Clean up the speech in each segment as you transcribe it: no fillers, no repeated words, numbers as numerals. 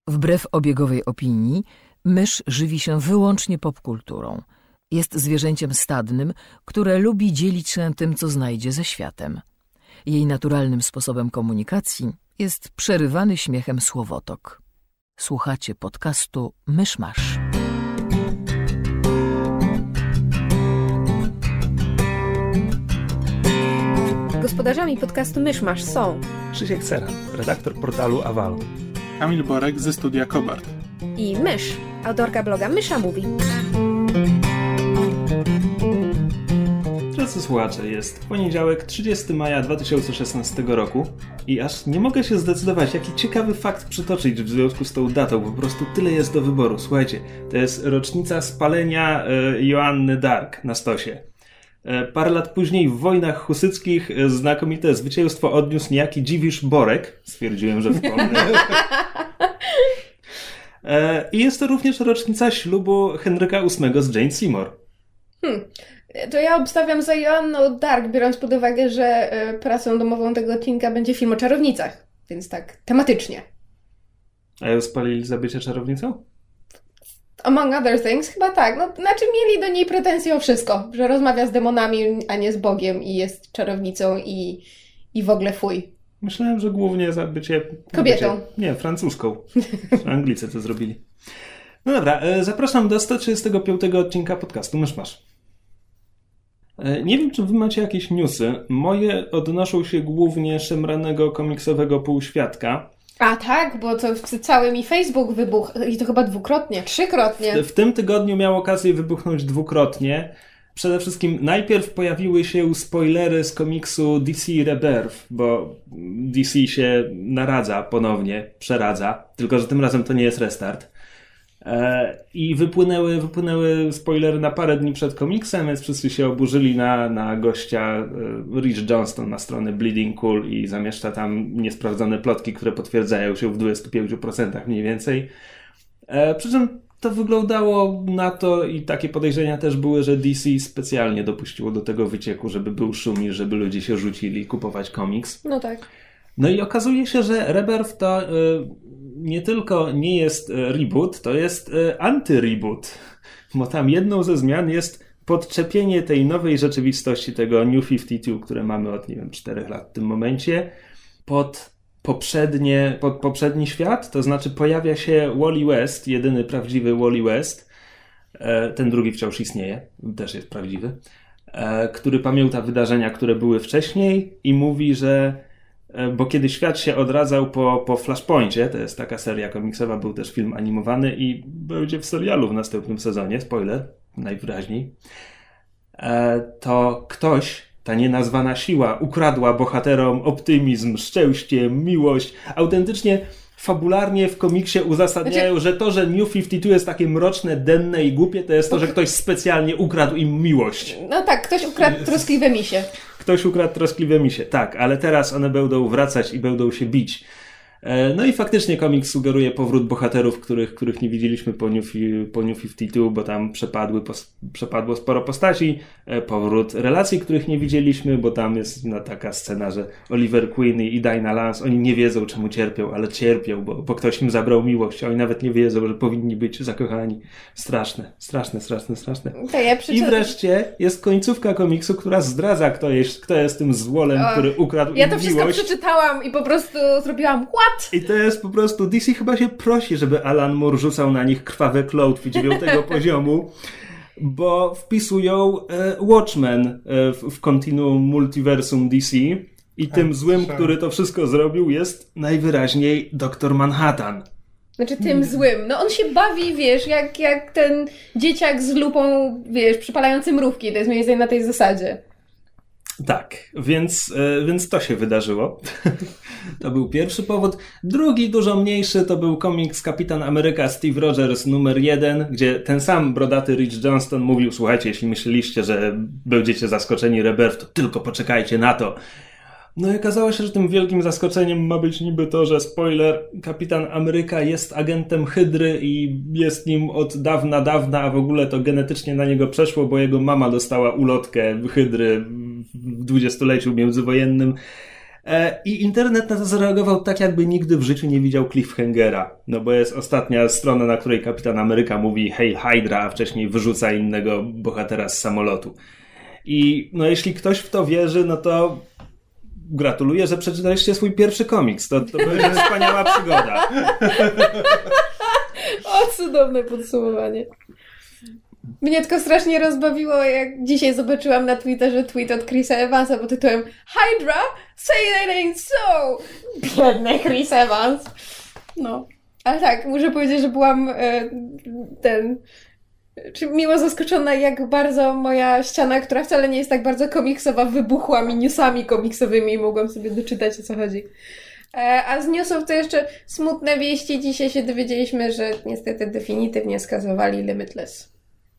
Wbrew obiegowej opinii, mysz żywi się wyłącznie popkulturą. Jest zwierzęciem stadnym, które lubi dzielić się tym, co znajdzie ze światem. Jej naturalnym sposobem komunikacji jest przerywany śmiechem słowotok. Słuchacie podcastu Mysz Masz. Gospodarzami podcastu Mysz Masz są Krzysiek Seran, redaktor portalu Aval, Kamil Borek ze studia Kobart i Mysz, autorka bloga Mysza Mówi. Drodzy słuchacze, jest poniedziałek, 30 maja 2016 roku i aż nie mogę się zdecydować, jaki ciekawy fakt przytoczyć w związku z tą datą, po prostu tyle jest do wyboru. Słuchajcie, to jest rocznica spalenia Joanny Dark na stosie. Parę lat później w wojnach husyckich znakomite zwycięstwo odniósł niejaki Dziwisz Borek. Stwierdziłem, że wpomnę. I jest to również rocznica ślubu Henryka VIII z Jane Seymour. To ja obstawiam za Joanną Dark, biorąc pod uwagę, że pracą domową tego odcinka będzie film o czarownicach. Więc tak, tematycznie. A ją spalili za bycie czarownicą? Among other things, chyba tak. No, znaczy mieli do niej pretensje o wszystko. Że rozmawia z demonami, a nie z Bogiem i jest czarownicą i w ogóle fuj. Myślałem, że głównie za bycie... kobietą. Nie, francuską. Anglicy to zrobili. No dobra, zapraszam do 135 odcinka podcastu Mysz Masz. Nie wiem, czy wy macie jakieś newsy. Moje odnoszą się głównie szemranego komiksowego półświadka. A tak, bo to cały mi Facebook wybuchł i to chyba trzykrotnie. W tym tygodniu miał okazję wybuchnąć dwukrotnie. Przede wszystkim najpierw pojawiły się spoilery z komiksu DC Rebirth, bo DC się naradza ponownie, przeradza, tylko że tym razem to nie jest restart. I wypłynęły spoilery na parę dni przed komiksem, więc wszyscy się oburzyli na gościa Rich Johnston na stronę Bleeding Cool i zamieszcza tam niesprawdzone plotki, które potwierdzają się w 25% mniej więcej. Przy czym to wyglądało na to i takie podejrzenia też były, że DC specjalnie dopuściło do tego wycieku, żeby był szum i żeby ludzie się rzucili kupować komiks. No tak. No i okazuje się, że Rebirth to nie tylko nie jest reboot, to jest anty-reboot. Bo tam jedną ze zmian jest podczepienie tej nowej rzeczywistości, tego New 52, które mamy od, 4 lat w tym momencie, pod poprzedni świat. To znaczy pojawia się Wally West, jedyny prawdziwy Wally West. Ten drugi wciąż istnieje, też jest prawdziwy. Który pamięta wydarzenia, które były wcześniej i mówi, że bo kiedy świat się odradzał po Flashpoincie, to jest taka seria komiksowa, był też film animowany i będzie w serialu w następnym sezonie, spoiler, najwyraźniej, to ktoś, ta nienazwana siła, ukradła bohaterom optymizm, szczęście, miłość. Autentycznie, fabularnie w komiksie uzasadniają, że to, że New 52 jest takie mroczne, denne i głupie, to jest to, że ktoś specjalnie ukradł im miłość. No tak, ktoś ukradł troskliwe misie. Ktoś ukradł troskliwe misie, tak, ale teraz one będą wracać i będą się bić. No i faktycznie komiks sugeruje powrót bohaterów, których nie widzieliśmy po New 52, bo tam przepadło sporo postaci. Powrót relacji, których nie widzieliśmy, bo tam jest taka scena, że Oliver Queen i Dinah Lance, oni nie wiedzą, czemu cierpią, ale cierpią, bo ktoś im zabrał miłość, a oni nawet nie wiedzą, że powinni być zakochani. Straszne. I wreszcie jest końcówka komiksu, która zdradza, kto jest tym złolem, który ukradł im miłość. Ja to wszystko przeczytałam i po prostu zrobiłam what? I to jest po prostu, DC chyba się prosi, żeby Alan Moore rzucał na nich krwawe klątwy 9 poziomu, bo wpisują Watchmen w kontinuum multiversum DC i tym złym, który to wszystko zrobił, jest najwyraźniej Doktor Manhattan. Znaczy tym złym. No on się bawi, wiesz, jak ten dzieciak z lupą, wiesz, przypalający mrówki. To jest mniej więcej na tej zasadzie. Tak, więc to się wydarzyło. To był pierwszy powód. Drugi, dużo mniejszy, to był komiks Kapitan Ameryka Steve Rogers numer 1, gdzie ten sam brodaty Rich Johnston mówił: słuchajcie, jeśli myśleliście, że będziecie zaskoczeni Rebirth, to tylko poczekajcie na to. No i okazało się, że tym wielkim zaskoczeniem ma być niby to, że spoiler, Kapitan Ameryka jest agentem Hydry i jest nim od dawna, a w ogóle to genetycznie na niego przeszło, bo jego mama dostała ulotkę Hydry w 20-leciu międzywojennym. I internet na to zareagował tak, jakby nigdy w życiu nie widział cliffhangera. No bo jest ostatnia strona, na której Kapitan Ameryka mówi Hail Hydra, a wcześniej wyrzuca innego bohatera z samolotu. I no jeśli ktoś w to wierzy, no to gratuluję, że przeczytaliście swój pierwszy komiks. To będzie wspaniała przygoda. O, cudowne podsumowanie. Mnie tylko strasznie rozbawiło, jak dzisiaj zobaczyłam na Twitterze tweet od Chrisa Evansa pod tytułem Hydra? Say that ain't so! Biedny Chris Evans. No. Ale tak, muszę powiedzieć, że byłam miło zaskoczona, jak bardzo moja ściana, która wcale nie jest tak bardzo komiksowa, wybuchła mi newsami komiksowymi i mogłam sobie doczytać, o co chodzi. A z newsów to jeszcze smutne wieści. Dzisiaj się dowiedzieliśmy, że niestety definitywnie skazowali Limitless.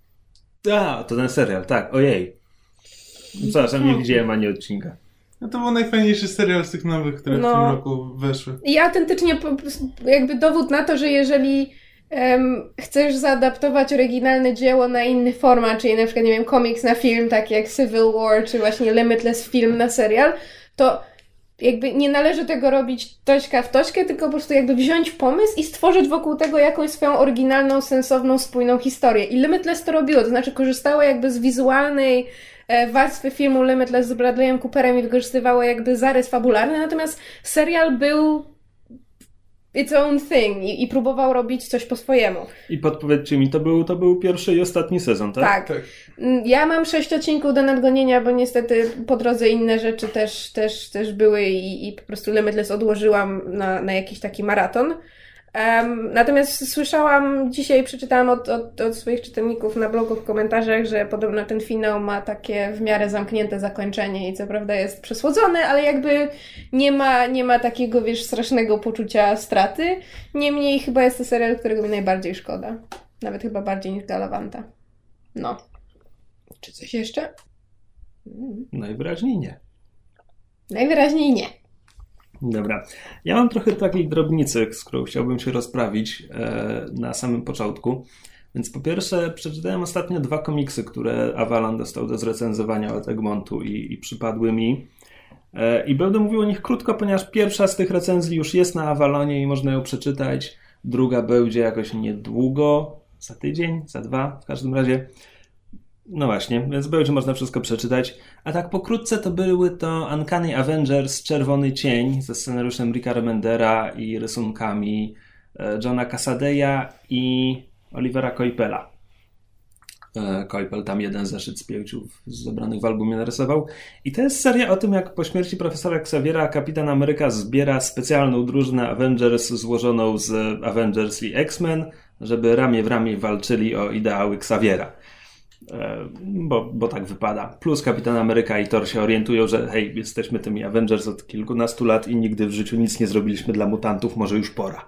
A, to ten serial, tak, ojej. Przepraszam, nie widziałem ani odcinka. No to był najfajniejszy serial z tych nowych, które w tym roku weszły. I autentycznie jakby dowód na to, że jeżeli chcesz zaadaptować oryginalne dzieło na inny format, czyli na przykład, nie wiem, komiks na film, tak jak Civil War, czy właśnie Limitless film na serial, to jakby nie należy tego robić tośka w tośkę, tylko po prostu jakby wziąć pomysł i stworzyć wokół tego jakąś swoją oryginalną, sensowną, spójną historię. I Limitless to robiło, to znaczy korzystało jakby z wizualnej warstwy filmu Limitless z Bradleyem Cooperem i wykorzystywało jakby zarys fabularny, natomiast serial był its own thing i próbował robić coś po swojemu. I podpowiedzcie mi, to był pierwszy i ostatni sezon, tak? Tak. Ja mam 6 odcinków do nadgonienia, bo niestety po drodze inne rzeczy też były i po prostu Limitless odłożyłam na jakiś taki maraton. Natomiast dzisiaj przeczytałam od swoich czytelników na blogu w komentarzach, że podobno ten finał ma takie w miarę zamknięte zakończenie i co prawda jest przesłodzony, ale jakby nie ma takiego, wiesz, strasznego poczucia straty. Niemniej chyba jest to serial, którego mi najbardziej szkoda. Nawet chyba bardziej niż Galavanta. No. Czy coś jeszcze? Najwyraźniej nie. Najwyraźniej nie. Dobra. Ja mam trochę takiej drobnicy, z którą chciałbym się rozprawić na samym początku. Więc po pierwsze przeczytałem ostatnio 2 komiksy, które Avalon dostał do zrecenzowania od Egmontu i przypadły mi. I będę mówił o nich krótko, ponieważ pierwsza z tych recenzji już jest na Avalonie i można ją przeczytać. Druga będzie jakoś niedługo, za tydzień, za 2 w każdym razie. No właśnie, więc będzie można wszystko przeczytać. A tak pokrótce to były to Uncanny Avengers Czerwony Cień ze scenariuszem Ricka Remendera i rysunkami Johna Cassadeya i Olivera Coipela. Coipel tam jeden zeszyt z 5 zebranych w albumie narysował. I to jest seria o tym, jak po śmierci profesora Xaviera Kapitan Ameryka zbiera specjalną drużynę Avengers złożoną z Avengers i X-Men, żeby ramię w ramię walczyli o ideały Xaviera. Bo tak wypada. Plus Kapitan Ameryka i Thor się orientują, że hej, jesteśmy tymi Avengers od kilkunastu lat i nigdy w życiu nic nie zrobiliśmy dla mutantów, może już pora.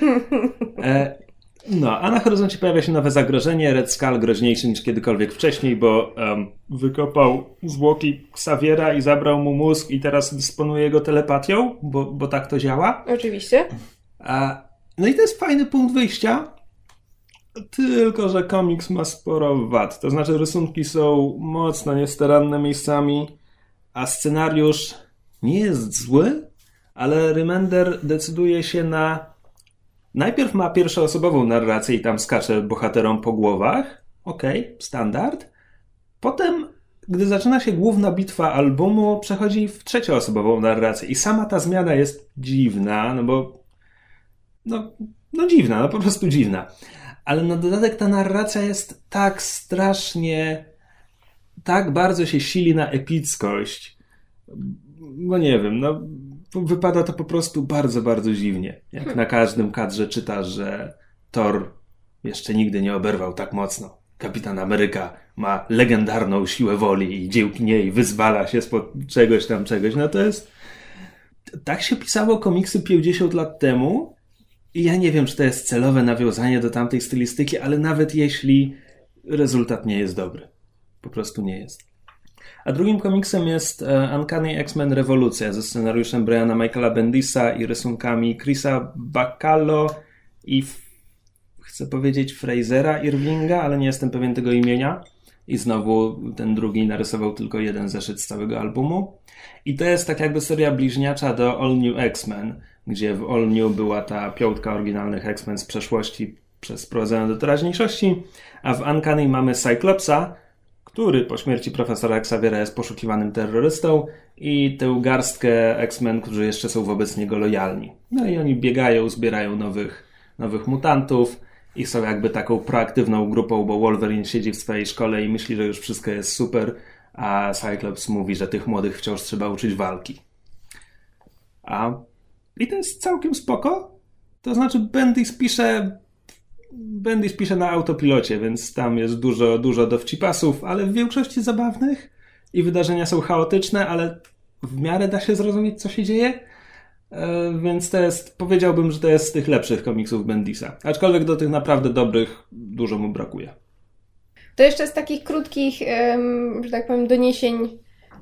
No, a na horyzoncie pojawia się nowe zagrożenie. Red Skull groźniejszy niż kiedykolwiek wcześniej, bo wykopał zwłoki Xaviera i zabrał mu mózg i teraz dysponuje jego telepatią, bo tak to działa. Oczywiście. No i to jest fajny punkt wyjścia. Tylko że komiks ma sporo wad. To znaczy rysunki są mocno niestaranne miejscami, a scenariusz nie jest zły, ale Remender decyduje się na... Najpierw ma pierwszoosobową narrację i tam skacze bohaterom po głowach. Okej, standard. Potem, gdy zaczyna się główna bitwa albumu, przechodzi w trzecioosobową narrację i sama ta zmiana jest dziwna, no bo... No dziwna, no po prostu dziwna. Ale na dodatek ta narracja jest tak strasznie, tak bardzo się sili na epickość. No nie wiem, no wypada to po prostu bardzo, bardzo dziwnie. Jak na każdym kadrze czytasz, że Thor jeszcze nigdy nie oberwał tak mocno. Kapitan Ameryka ma legendarną siłę woli i dzięki niej wyzwala się spod czegoś. No to jest... Tak się pisało komiksy 50 lat temu. I ja nie wiem, czy to jest celowe nawiązanie do tamtej stylistyki, ale nawet jeśli rezultat nie jest dobry. Po prostu nie jest. A drugim komiksem jest Uncanny X-Men Rewolucja ze scenariuszem Briana Michaela Bendisa i rysunkami Chrisa Bacalo i chcę powiedzieć Frasera Irvinga, ale nie jestem pewien tego imienia. i znowu ten drugi narysował tylko jeden zeszyt z całego albumu. I to jest tak jakby seria bliźniacza do All New X-Men, gdzie w All New była ta piątka oryginalnych X-Men z przeszłości sprowadzona do teraźniejszości, a w Uncanny mamy Cyclopsa, który po śmierci profesora Xaviera jest poszukiwanym terrorystą i tę garstkę X-Men, którzy jeszcze są wobec niego lojalni. No i oni biegają, zbierają nowych mutantów i są jakby taką proaktywną grupą, bo Wolverine siedzi w swojej szkole i myśli, że już wszystko jest super, a Cyclops mówi, że tych młodych wciąż trzeba uczyć walki. I to jest całkiem spoko. To znaczy Bendis pisze na autopilocie, więc tam jest dużo dowcipasów, ale w większości zabawnych i wydarzenia są chaotyczne, ale w miarę da się zrozumieć, co się dzieje. Więc powiedziałbym, że to jest z tych lepszych komiksów Bendisa. Aczkolwiek do tych naprawdę dobrych dużo mu brakuje. To jeszcze z takich krótkich, że tak powiem, doniesień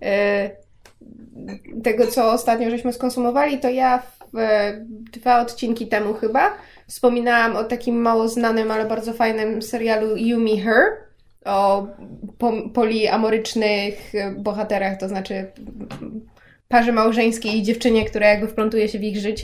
tego, co ostatnio żeśmy skonsumowali, to ja 2 odcinki temu chyba wspominałam o takim mało znanym, ale bardzo fajnym serialu You, Me, Her o poliamorycznych bohaterach, to znaczy parze małżeńskiej i dziewczynie, która jakby wplątuje się w ich życie.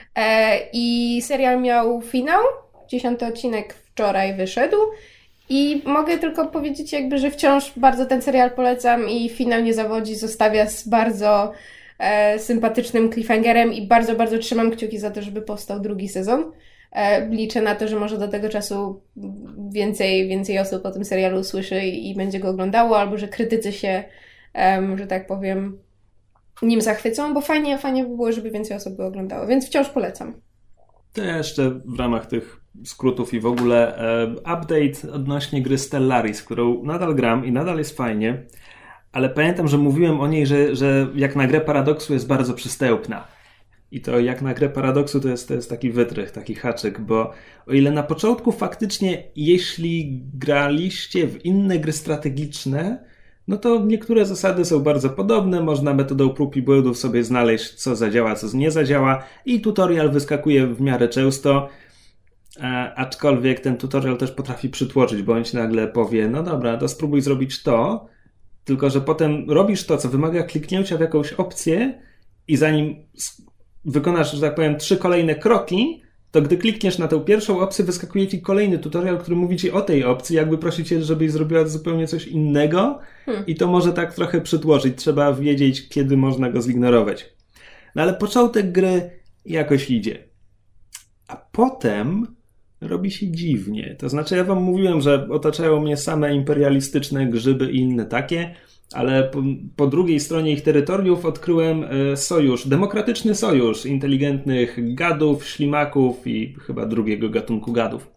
I serial miał finał, 10. odcinek wczoraj wyszedł i mogę tylko powiedzieć jakby, że wciąż bardzo ten serial polecam i finał nie zawodzi, zostawia z bardzo sympatycznym cliffhangerem i bardzo, bardzo trzymam kciuki za to, żeby powstał drugi sezon. Liczę na to, że może do tego czasu więcej osób o tym serialu usłyszy i będzie go oglądało, albo że krytycy się, że tak powiem, nim zachwycą, bo fajnie by było, żeby więcej osób go oglądało, więc wciąż polecam. To ja jeszcze w ramach tych skrótów i w ogóle update odnośnie gry Stellaris, którą nadal gram i nadal jest fajnie, ale pamiętam, że mówiłem o niej, że jak na grę Paradoksu jest bardzo przystępna. I to jak na grę Paradoksu to jest taki wytrych, taki haczyk, bo o ile na początku faktycznie, jeśli graliście w inne gry strategiczne, no to niektóre zasady są bardzo podobne, można metodą prób i błędów sobie znaleźć, co zadziała, co nie zadziała i tutorial wyskakuje w miarę często, aczkolwiek ten tutorial też potrafi przytłoczyć, bo on ci nagle powie, no dobra, to spróbuj zrobić to, tylko że potem robisz to, co wymaga kliknięcia w jakąś opcję i zanim wykonasz, że tak powiem, 3 kolejne kroki, to gdy klikniesz na tę pierwszą opcję, wyskakuje ci kolejny tutorial, który mówi ci o tej opcji, jakby prosi cię, żebyś zrobiła zupełnie coś innego i to może tak trochę przytłoczyć. Trzeba wiedzieć, kiedy można go zignorować. No ale początek gry jakoś idzie. A potem robi się dziwnie. To znaczy ja wam mówiłem, że otaczają mnie same imperialistyczne grzyby i inne takie, ale po drugiej stronie ich terytoriów odkryłem sojusz, demokratyczny sojusz inteligentnych gadów, ślimaków i chyba drugiego gatunku gadów.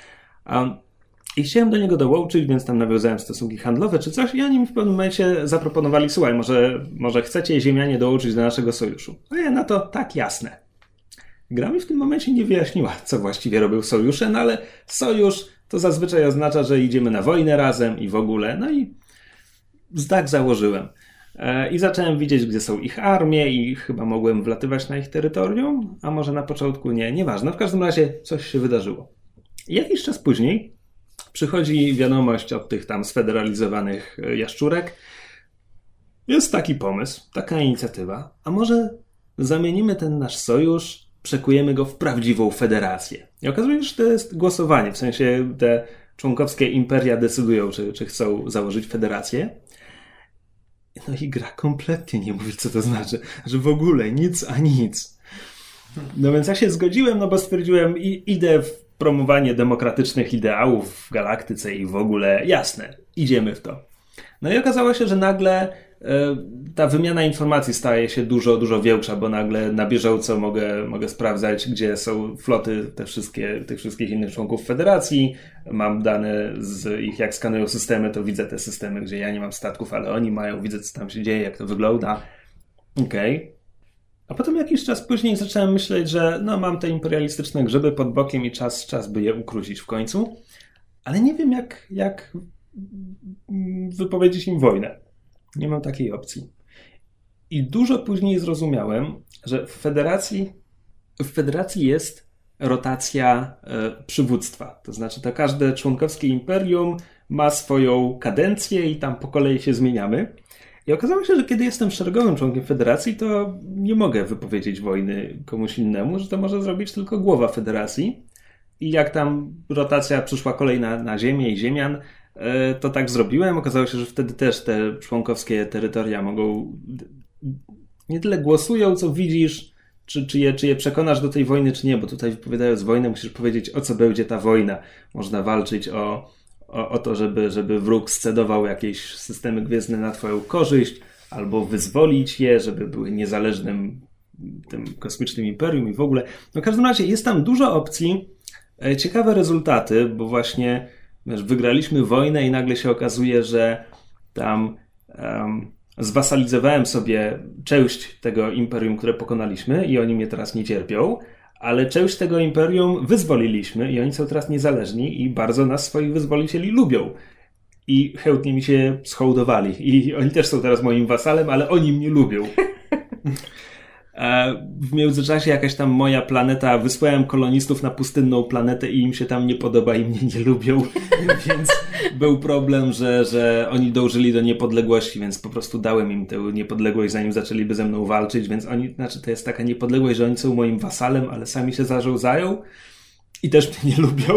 I chciałem do niego dołączyć, więc tam nawiązałem stosunki handlowe czy coś i oni mi w pewnym momencie zaproponowali, słuchaj, może chcecie ziemianie dołączyć do naszego sojuszu. A ja na to tak, jasne. Gra mi w tym momencie nie wyjaśniła, co właściwie robił sojusze, no ale sojusz to zazwyczaj oznacza, że idziemy na wojnę razem i w ogóle, no i tak założyłem. I zacząłem widzieć, gdzie są ich armie i chyba mogłem wlatywać na ich terytorium, a może na początku nie, nieważne. W każdym razie coś się wydarzyło. I jakiś czas później przychodzi wiadomość od tych tam sfederalizowanych jaszczurek. Jest taki pomysł, taka inicjatywa, a może zamienimy ten nasz sojusz, przekujemy go w prawdziwą federację. I okazuje się, że to jest głosowanie, w sensie te członkowskie imperia decydują, czy chcą założyć federację. No i gra kompletnie nie mówi, co to znaczy, że w ogóle nic a nic. No więc ja się zgodziłem, no bo stwierdziłem, idę w promowanie demokratycznych ideałów w galaktyce i w ogóle jasne, idziemy w to. No i okazało się, że nagle ta wymiana informacji staje się dużo większa, bo nagle na bieżąco mogę sprawdzać, gdzie są floty tych wszystkich innych członków federacji. Mam dane z ich, jak skanują systemy, to widzę te systemy, gdzie ja nie mam statków, ale oni mają, widzę, co tam się dzieje, jak to wygląda. Okej. A potem jakiś czas później zacząłem myśleć, że no mam te imperialistyczne grzyby pod bokiem i czas by je ukrócić w końcu. Ale nie wiem, jak wypowiedzieć im wojnę. Nie mam takiej opcji. I dużo później zrozumiałem, że w federacji jest rotacja przywództwa. To znaczy, to każde członkowskie imperium ma swoją kadencję i tam po kolei się zmieniamy. I okazało się, że kiedy jestem szeregowym członkiem federacji, to nie mogę wypowiedzieć wojny komuś innemu, że to może zrobić tylko głowa federacji. I jak tam rotacja przyszła kolej na ziemię i ziemian, to tak zrobiłem. Okazało się, że wtedy też te członkowskie terytoria mogą... Nie tyle głosują, co widzisz, czy je przekonasz do tej wojny, czy nie, bo tutaj wypowiadając wojnę musisz powiedzieć, o co będzie ta wojna. Można walczyć o to, żeby wróg scedował jakieś systemy gwiezdne na twoją korzyść, albo wyzwolić je, żeby były niezależnym tym kosmicznym imperium i w ogóle. No w każdym razie jest tam dużo opcji, ciekawe rezultaty, bo właśnie wygraliśmy wojnę i nagle się okazuje, że tam zwasalizowałem sobie część tego imperium, które pokonaliśmy i oni mnie teraz nie cierpią, ale część tego imperium wyzwoliliśmy i oni są teraz niezależni i bardzo nas, swoich wyzwolicieli, lubią. I chętnie mi się schołdowali. I oni też są teraz moim wasalem, ale oni mnie lubią. W międzyczasie jakaś tam moja planeta, wysłałem kolonistów na pustynną planetę i im się tam nie podoba i mnie nie lubią, więc był problem, że oni dążyli do niepodległości, więc po prostu dałem im tę niepodległość, zanim zaczęliby ze mną walczyć, więc oni, to jest taka niepodległość, że oni są moim wasalem, ale sami się zarządzają i też mnie nie lubią.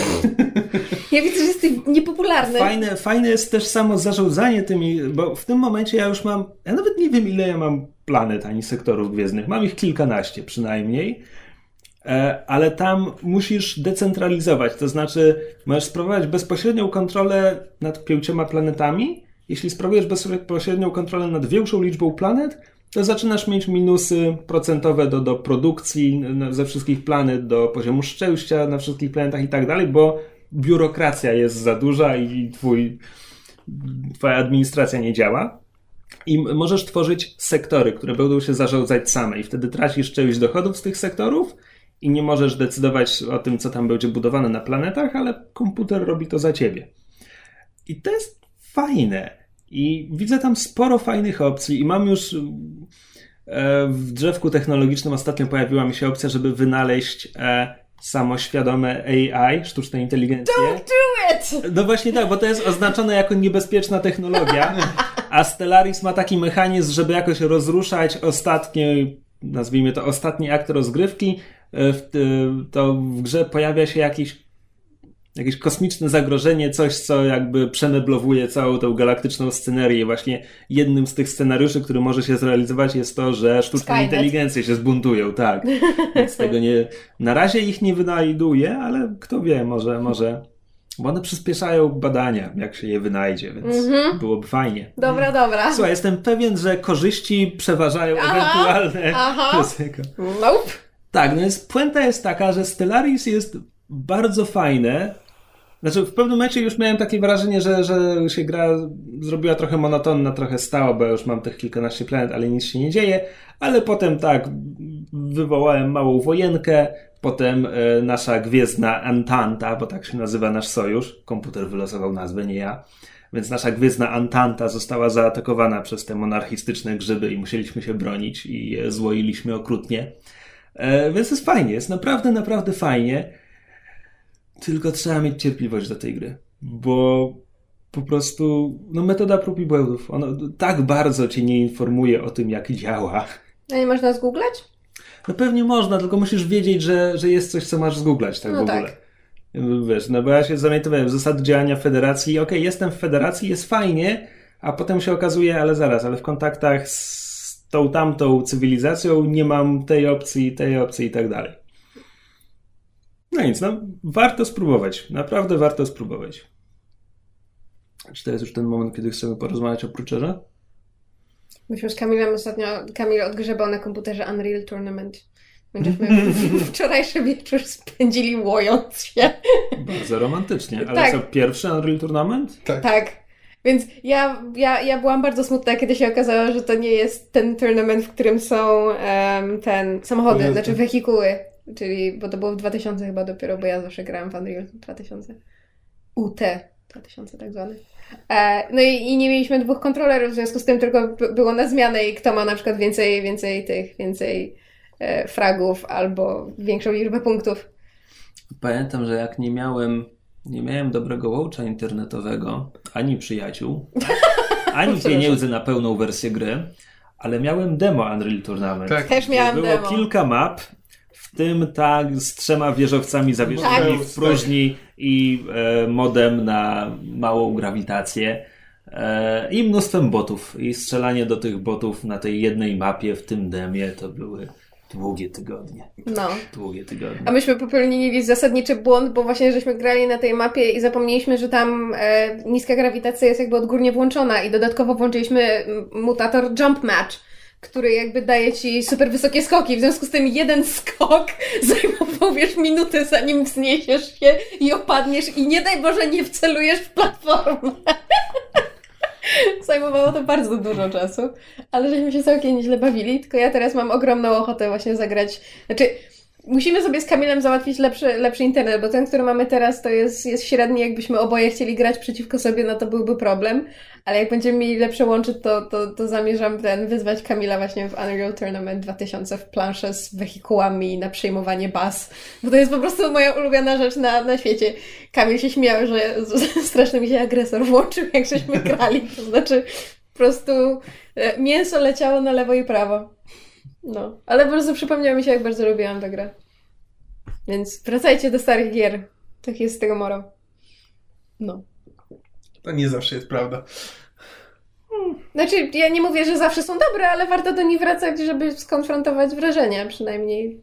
Ja widzę, że jesteś niepopularny. Fajne jest też samo zarządzanie tymi, bo w tym momencie ja nawet nie wiem, ile ja mam planet ani sektorów gwiezdnych. Mam ich kilkanaście przynajmniej, ale tam musisz decentralizować, to znaczy możesz sprawować bezpośrednią kontrolę nad 5 planetami. Jeśli sprawujesz bezpośrednią kontrolę nad większą liczbą planet, to zaczynasz mieć minusy procentowe do produkcji ze wszystkich planet, do poziomu szczęścia na wszystkich planetach i tak dalej, bo biurokracja jest za duża i twoja administracja nie działa. I możesz tworzyć sektory, które będą się zarządzać same i wtedy tracisz część dochodów z tych sektorów i nie możesz decydować o tym, co tam będzie budowane na planetach, ale komputer robi to za ciebie. I to jest fajne. I widzę tam sporo fajnych opcji i mam już w drzewku technologicznym ostatnio pojawiła mi się opcja, żeby wynaleźć samoświadome AI, sztuczną inteligencję. Don't do it! No właśnie tak, bo to jest oznaczone jako niebezpieczna technologia, a Stellaris ma taki mechanizm, żeby jakoś rozruszać nazwijmy to ostatni akt rozgrywki, to w grze pojawia się jakieś kosmiczne zagrożenie, coś, co jakby przemeblowuje całą tą galaktyczną scenerię. I właśnie jednym z tych scenariuszy, który może się zrealizować, jest to, że sztuczne inteligencje się zbuntują, tak. Więc tego na razie ich nie wynajduję, ale kto wie, może, bo one przyspieszają badania, jak się je wynajdzie, więc byłoby fajnie. Dobra. Słuchaj, jestem pewien, że korzyści przeważają ewentualne ryzyko. Nope. Tak, puenta jest taka, że Stellaris jest bardzo fajne. Znaczy, w pewnym momencie już miałem takie wrażenie, że się gra zrobiła trochę monotonna, trochę stała, bo już mam tych kilkanaście planet, ale nic się nie dzieje. Ale potem tak, wywołałem małą wojenkę, potem nasza gwiezdna Antanta, bo tak się nazywa nasz sojusz, komputer wylosował nazwę, nie ja, więc nasza gwiezdna Antanta została zaatakowana przez te monarchistyczne grzyby i musieliśmy się bronić i je złoiliśmy okrutnie. Więc jest fajnie, jest naprawdę, naprawdę fajnie. Tylko trzeba mieć cierpliwość do tej gry, bo po prostu metoda prób i błędów, ona tak bardzo cię nie informuje o tym, jak działa. A nie można zgooglać? No pewnie można, tylko musisz wiedzieć, że jest coś, co masz zgooglać tak w ogóle. Tak. Wiesz, bo ja się zorientowałem w zasady działania federacji, jestem w federacji, jest fajnie, a potem się okazuje, ale w kontaktach z tą tamtą cywilizacją nie mam tej opcji i tak dalej. No nic, warto spróbować. Naprawdę warto spróbować. Czy to jest już ten moment, kiedy chcemy porozmawiać o Preacherze? Myśmy z Kamilem ostatnio, Kamil odgrzebał na komputerze Unreal Tournament. Będziemy wczorajszy wieczór spędzili łojąc się. Bardzo romantycznie. Ale tak. co, pierwszy Unreal Tournament? Tak. Więc ja byłam bardzo smutna, kiedy się okazało, że to nie jest ten tournament, w którym są samochody, znaczy wehikuły. Czyli, bo to było w 2000 chyba dopiero, bo ja zawsze grałam w Unreal 2000. UT 2000 tak zwany. No i nie mieliśmy 2 kontrolerów, w związku z tym tylko było na zmianę i kto ma na przykład więcej fragów albo większą liczbę punktów. Pamiętam, że jak nie miałem Nie miałem dobrego łącza internetowego, ani przyjaciół, ani pieniędzy na pełną wersję gry, ale miałem demo Unreal Tournament. Tak. Też miałem było demo. Kilka map, w tym z 3 wieżowcami zawieszonymi w próżni i modem na małą grawitację. I mnóstwem botów. I strzelanie do tych botów na tej jednej mapie w tym demie to były długie tygodnie. No. Długie tygodnie. A myśmy popełnili zasadniczy błąd, bo właśnie żeśmy grali na tej mapie i zapomnieliśmy, że tam niska grawitacja jest jakby odgórnie włączona i dodatkowo włączyliśmy mutator Jump Match, który jakby daje ci super wysokie skoki. W związku z tym jeden skok zajmował, minutę, zanim wzniesiesz się i opadniesz i nie daj Boże nie wcelujesz w platformę. Zajmowało to bardzo dużo czasu, ale żeśmy się całkiem nieźle bawili, tylko ja teraz mam ogromną ochotę właśnie zagrać. Znaczy, musimy sobie z Kamilem załatwić lepszy internet, bo ten, który mamy teraz, to jest średni. Jakbyśmy oboje chcieli grać przeciwko sobie, no to byłby problem. Ale jak będziemy mieli lepsze łącze, to zamierzam wyzwać Kamila właśnie w Unreal Tournament 2000 w planszę z wehikułami na przejmowanie baz. Bo to jest po prostu moja ulubiona rzecz na świecie. Kamil się śmiał, że straszny mi się agresor włączył, jak żeśmy grali. To znaczy po prostu mięso leciało na lewo i prawo. No, ale po prostu przypomniało mi się, jak bardzo lubiłam tę grę. Więc wracajcie do starych gier. Tak jest z tego moro. No. To nie zawsze jest prawda. Znaczy, ja nie mówię, że zawsze są dobre, ale warto do nich wracać, żeby skonfrontować wrażenia, przynajmniej.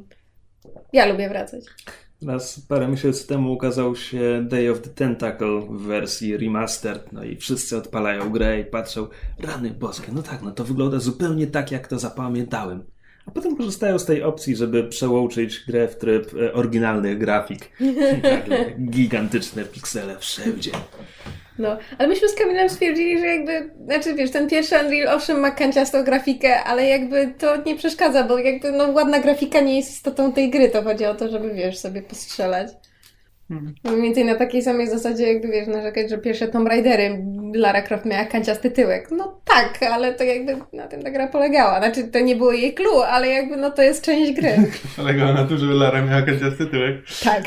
Ja lubię wracać. Teraz parę miesięcy temu ukazał się Day of the Tentacle w wersji remastered, no i wszyscy odpalają grę i patrzą, rany boskie, no tak, no to wygląda zupełnie tak, jak to zapamiętałem. A potem korzystają z tej opcji, żeby przełączyć grę w tryb oryginalnych grafik. Nagle gigantyczne piksele wszędzie. No, ale myśmy z Kamilem stwierdzili, że jakby, znaczy wiesz, ten pierwszy Unreal owszem ma kanciastą grafikę, ale jakby to nie przeszkadza, bo jakby ładna grafika nie jest istotą tej gry, to chodzi o to, żeby wiesz, sobie postrzelać. No mniej więcej na takiej samej zasadzie jakby wiesz, narzekać, że pierwsze Tomb Raidery Lara Croft miała kanciasty tyłek. No tak, ale to jakby na tym ta gra polegała. Znaczy to nie było jej clue, ale jakby to jest część gry. Polegała na tym, że Lara miała kanciasty tyłek. Tak.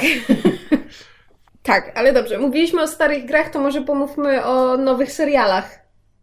Tak, ale dobrze. Mówiliśmy o starych grach, to może pomówmy o nowych serialach.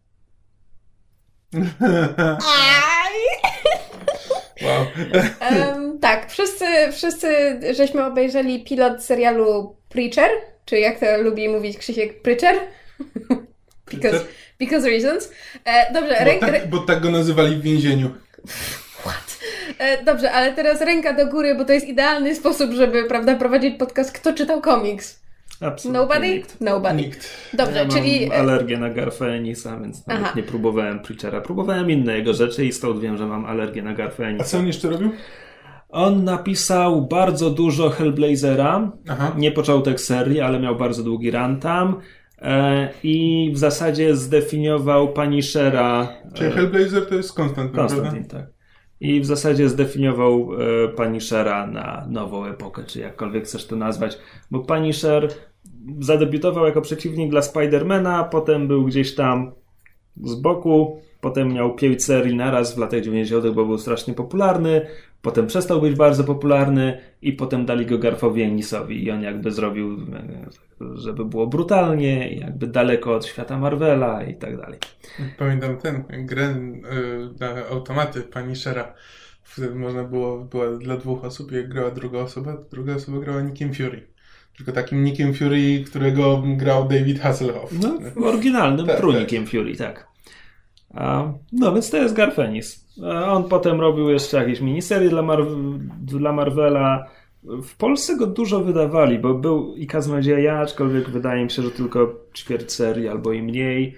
Wow. Tak, wszyscy żeśmy obejrzeli pilot serialu Preacher, czy jak to lubi mówić Krzysiek, Preacher? Because reasons. Dobrze, bo tak go nazywali w więzieniu. What? Dobrze, ale teraz ręka do góry, bo to jest idealny sposób, żeby, prawda, prowadzić podcast. Kto czytał komiks? Absolutnie Nobody? nikt. Nobody. Nikt. Dobrze, ja czyli... mam alergię na Garfa Enisa, więc nawet nie próbowałem Preachera. Próbowałem inne jego rzeczy i stąd wiem, że mam alergię na Garfa Enisa. A co on jeszcze robił? On napisał bardzo dużo Hellblazera. Nie początek serii, ale miał bardzo długi run tam. I w zasadzie zdefiniował Punishera. Czyli Hellblazer to jest Konstantin, tak. I w zasadzie zdefiniował Punishera na nową epokę, czy jakkolwiek chcesz to nazwać. Bo Punisher zadebiutował jako przeciwnik dla Spidermana, potem był gdzieś tam z boku, potem miał 5 serii naraz w latach 90., bo był strasznie popularny, potem przestał być bardzo popularny i potem dali go Garfowi Ennisowi i on jakby zrobił, żeby było brutalnie, jakby daleko od świata Marvela i tak dalej. Pamiętam grę na automaty Punishera, w którym można była dla 2 osób, jak grała druga osoba grała Nickiem Fury. Tylko takim Nickiem Fury, którego grał David Hasselhoff. No, oryginalnym trójnikiem Fury, tak. No, więc to jest Garth Ennis. On potem robił jeszcze jakieś miniserie dla Marvela. W Polsce go dużo wydawali, bo był i Kaznodzieja, aczkolwiek wydaje mi się, że tylko ćwierć serii albo i mniej.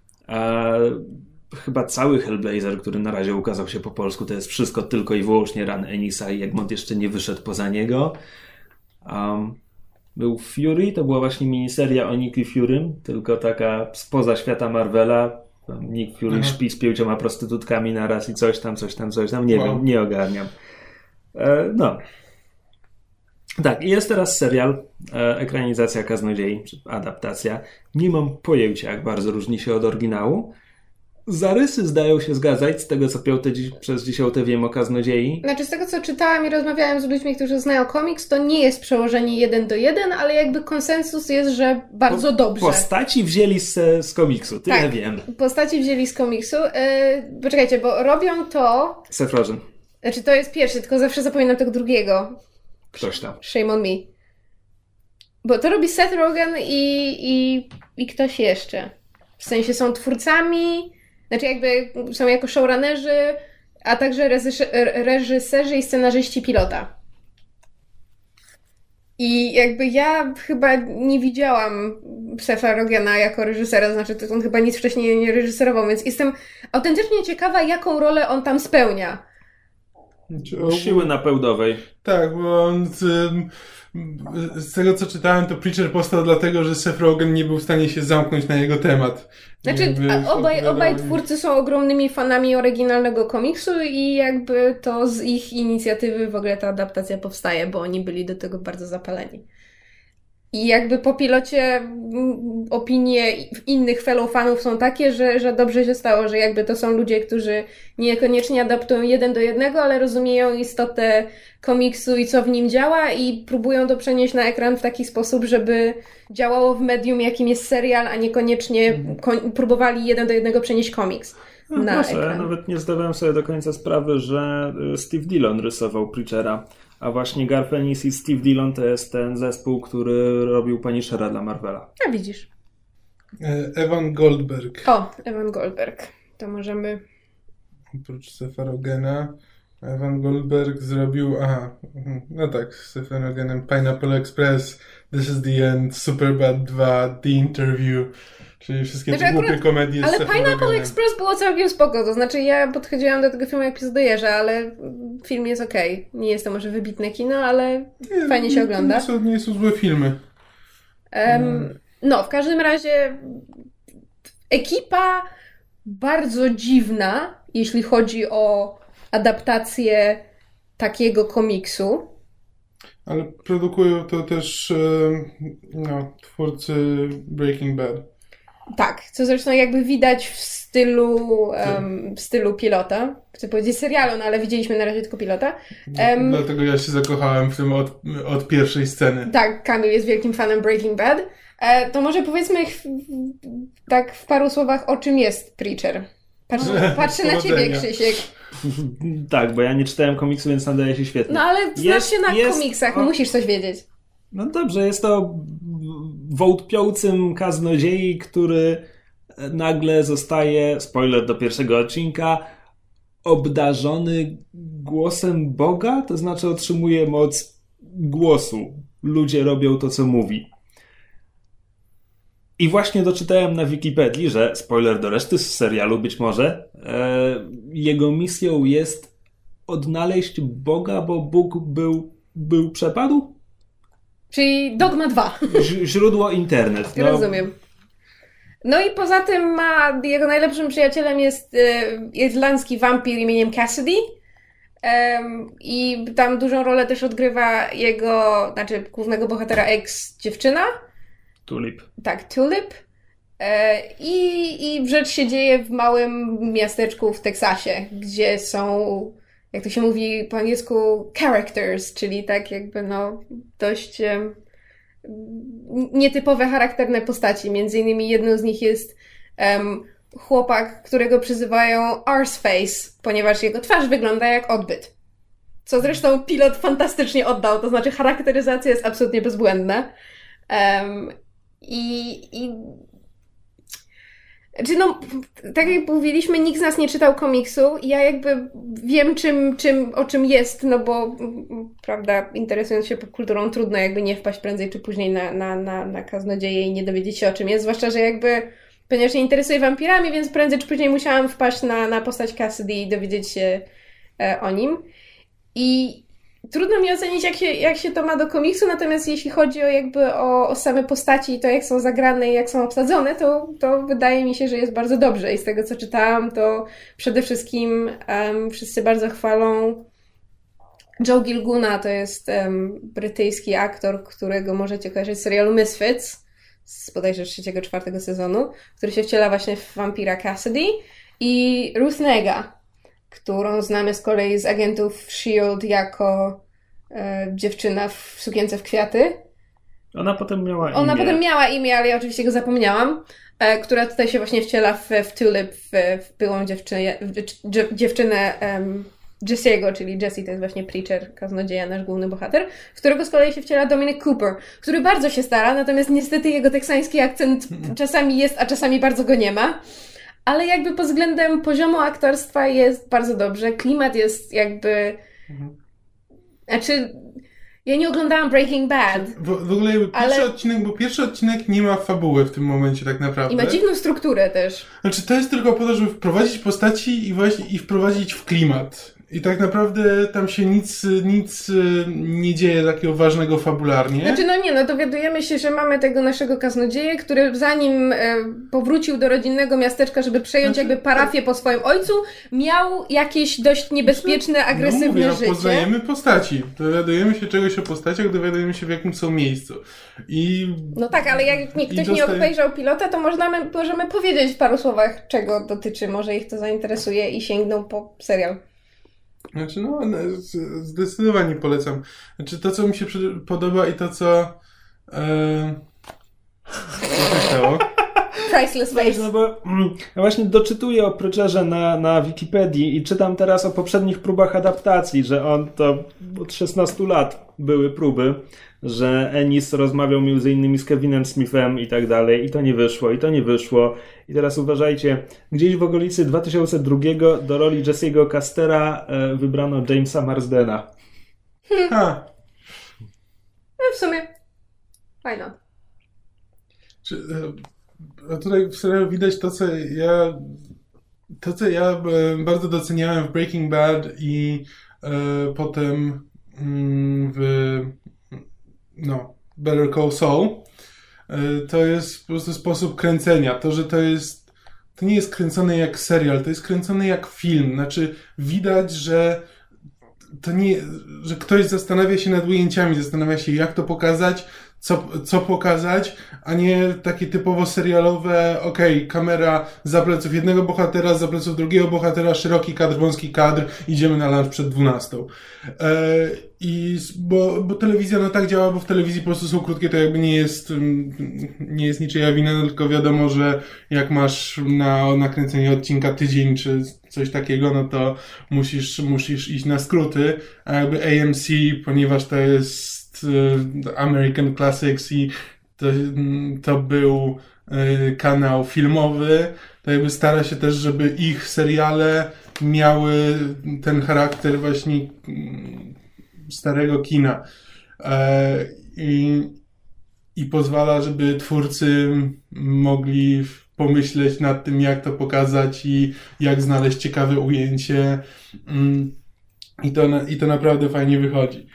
Chyba cały Hellblazer, który na razie ukazał się po polsku, to jest wszystko tylko i wyłącznie run Ennisa i Egmont jeszcze nie wyszedł poza niego. Był Fury, to była właśnie miniseria o Nicku Furym, tylko taka spoza świata Marvela. Nick Fury śpi z 5 prostytutkami naraz i coś tam, nie wiem, nie ogarniam. No. Tak, i jest teraz serial, ekranizacja Kaznodziei, czy adaptacja. Nie mam pojęcia, jak bardzo różni się od oryginału. zarysy zdają się zgadzać z tego, co piąte przez 10 wiem o Kaznodziei. Znaczy z tego, co czytałam i rozmawiałam z ludźmi, którzy znają komiks, to nie jest przełożenie 1:1, ale jakby konsensus jest, że bardzo dobrze. Postaci wzięli z komiksu, tyle tak, wiem. Postaci wzięli z komiksu. Poczekajcie, bo robią to... Seth Rogen. Znaczy to jest pierwszy, tylko zawsze zapominam tego drugiego. Ktoś tam. Shame on me. Bo to robi Seth Rogen i ktoś jeszcze. W sensie są twórcami, znaczy jakby są jako showrunnerzy, a także reżyserzy i scenarzyści pilota. I jakby ja chyba nie widziałam Setha Rogena jako reżysera, znaczy to on chyba nic wcześniej nie reżyserował, więc jestem autentycznie ciekawa, jaką rolę on tam spełnia. Siły napędowej. Tak, bo on z tego co czytałem, to Preacher powstał dlatego, że Seth Rogen nie był w stanie się zamknąć na jego temat. Znaczy, obaj twórcy są ogromnymi fanami oryginalnego komiksu i jakby to z ich inicjatywy w ogóle ta adaptacja powstaje, bo oni byli do tego bardzo zapaleni. I jakby po pilocie opinie innych fellow fanów są takie, że dobrze się stało, że jakby to są ludzie, którzy niekoniecznie adaptują 1:1, ale rozumieją istotę komiksu i co w nim działa i próbują to przenieść na ekran w taki sposób, żeby działało w medium, jakim jest serial, a niekoniecznie próbowali 1:1 przenieść komiks na ekran. Ja nawet nie zdawałem sobie do końca sprawy, że Steve Dillon rysował Preachera. A właśnie Garth Ennis i Steve Dillon to jest ten zespół, który robił Punishera dla Marvela. A widzisz. Evan Goldberg. O, Evan Goldberg. To możemy... Oprócz Setha Rogena, Evan Goldberg zrobił... no tak, z Sethem Rogenem Pineapple Express, This is the End, Superbad 2, The Interview, czyli wszystkie te głupie komedie z Ale Sethem Pineapple Rogenem. Express było całkiem spoko, to znaczy ja podchodziłam do tego filmu jak pies do jeża, ale film jest okej. Nie jest to może wybitne kino, ale fajnie się ogląda. To nie są złe filmy. No, w każdym razie ekipa bardzo dziwna, jeśli chodzi o adaptację takiego komiksu. Ale produkują to też twórcy Breaking Bad. Tak, co zresztą jakby widać w stylu pilota. Chcę powiedzieć serialu, no ale widzieliśmy na razie tylko pilota. Dlatego ja się zakochałem w tym od pierwszej sceny. Tak, Kamil jest wielkim fanem Breaking Bad. To może powiedzmy tak w paru słowach, o czym jest Preacher. Patrzę na ciebie, Krzysiek. Tak, bo ja nie czytałem komiksu, więc nadaje się świetnie. No ale znasz się na komiksach, musisz coś wiedzieć. No dobrze, jest to wątpiącym kaznodziei, który nagle zostaje, spoiler do pierwszego odcinka, obdarzony głosem Boga, to znaczy otrzymuje moc głosu. Ludzie robią to, co mówi. I właśnie doczytałem na Wikipedii, że, spoiler do reszty z serialu być może, jego misją jest odnaleźć Boga, bo Bóg był przepadł? Czyli Dogma 2. Źródło internet. No. Rozumiem. No i poza tym jego najlepszym przyjacielem jest irlandzki wampir imieniem Cassidy. I tam dużą rolę też odgrywa znaczy głównego bohatera ex-dziewczyna. Tulip. Tak, Tulip. I rzecz się dzieje w małym miasteczku w Teksasie, gdzie są, jak to się mówi po angielsku, characters, czyli tak jakby dość nietypowe, charakterne postaci. Między innymi jedną z nich jest chłopak, którego przyzywają Arseface, ponieważ jego twarz wygląda jak odbyt. Co zresztą pilot fantastycznie oddał, to znaczy charakteryzacja jest absolutnie bezbłędna. Tak jak mówiliśmy, nikt z nas nie czytał komiksu i ja jakby wiem o czym jest, no bo prawda, interesując się popkulturą, trudno jakby nie wpaść prędzej czy później na kaznodzieję i nie dowiedzieć się o czym jest, zwłaszcza, że jakby ponieważ nie interesuję wampirami, więc prędzej czy później musiałam wpaść na postać Cassidy i dowiedzieć się o nim. I trudno mi ocenić, jak się to ma do komiksu, natomiast jeśli chodzi o same postaci i to, jak są zagrane i jak są obsadzone, to wydaje mi się, że jest bardzo dobrze. I z tego, co czytałam, to przede wszystkim wszyscy bardzo chwalą Joe Gilguna, to jest brytyjski aktor, którego możecie kojarzyć z serialu Misfits, z bodajże 3. czy 4. sezonu, który się wciela właśnie w wampira Cassidy. i Ruth Negga, którą znamy z kolei z agentów S.H.I.E.L.D. jako dziewczyna w sukience w kwiaty. Ona potem miała imię. Ona potem miała imię, ale ja oczywiście go zapomniałam. Która tutaj się właśnie wciela w Tulip, w byłą dziewczynę Jesse'ego, czyli Jesse to jest właśnie preacher, kaznodzieja, nasz główny bohater, w którego z kolei się wciela Dominic Cooper, który bardzo się stara, natomiast niestety jego teksański akcent czasami jest, a czasami bardzo go nie ma. Ale jakby pod względem poziomu aktorstwa jest bardzo dobrze. Klimat jest jakby... Znaczy... Ja nie oglądałam Breaking Bad. W ogóle pierwszy odcinek nie ma fabuły w tym momencie tak naprawdę. I ma dziwną strukturę też. Znaczy to jest tylko po to, żeby wprowadzić postaci i wprowadzić w klimat. I tak naprawdę tam się nic nie dzieje takiego ważnego fabularnie. Znaczy dowiadujemy się, że mamy tego naszego kaznodzieję, który zanim powrócił do rodzinnego miasteczka, żeby przejąć jakby parafię po swoim ojcu, miał jakieś dość niebezpieczne, agresywne życie. Poznajemy postaci. Dowiadujemy się czegoś o postaciach, dowiadujemy się w jakim są miejscu. No tak, ale jak ktoś nie obejrzał pilota, to możemy powiedzieć w paru słowach, czego dotyczy. Może ich to zainteresuje i sięgną po serial. Znaczy, zdecydowanie polecam. Znaczy, to, co mi się podoba i to, co... Co się stało? Priceless face. No bo ja właśnie doczytuję o Preacherze na Wikipedii i czytam teraz o poprzednich próbach adaptacji, że on to od 16 lat były próby, że Ennis rozmawiał między innymi z Kevinem Smithem i tak dalej i to nie wyszło. I teraz uważajcie, gdzieś w okolicy 2002 do roli Jesse'ego Castera wybrano Jamesa Marsdena. W sumie why not? A tutaj w serialu widać to, co ja bardzo doceniałem w Breaking Bad i potem w Better Call Saul, to jest po prostu sposób kręcenia. To, że to nie jest kręcone jak serial, to jest kręcone jak film. Znaczy widać, że że ktoś zastanawia się nad ujęciami, zastanawia się jak to pokazać, co pokazać, a nie takie typowo serialowe, kamera za pleców jednego bohatera, za pleców drugiego bohatera, szeroki kadr, wąski kadr, idziemy na lunch przed 12. Bo telewizja tak działa, bo w telewizji po prostu są krótkie, to jakby nie jest niczyja wina, tylko wiadomo, że jak masz na nakręcenie odcinka tydzień czy coś takiego, no to musisz iść na skróty, a jakby AMC, ponieważ to jest American Classics i to był kanał filmowy, to jakby stara się też, żeby ich seriale miały ten charakter właśnie starego kina i pozwala, żeby twórcy mogli pomyśleć nad tym, jak to pokazać i jak znaleźć ciekawe ujęcie i to naprawdę fajnie wychodzi.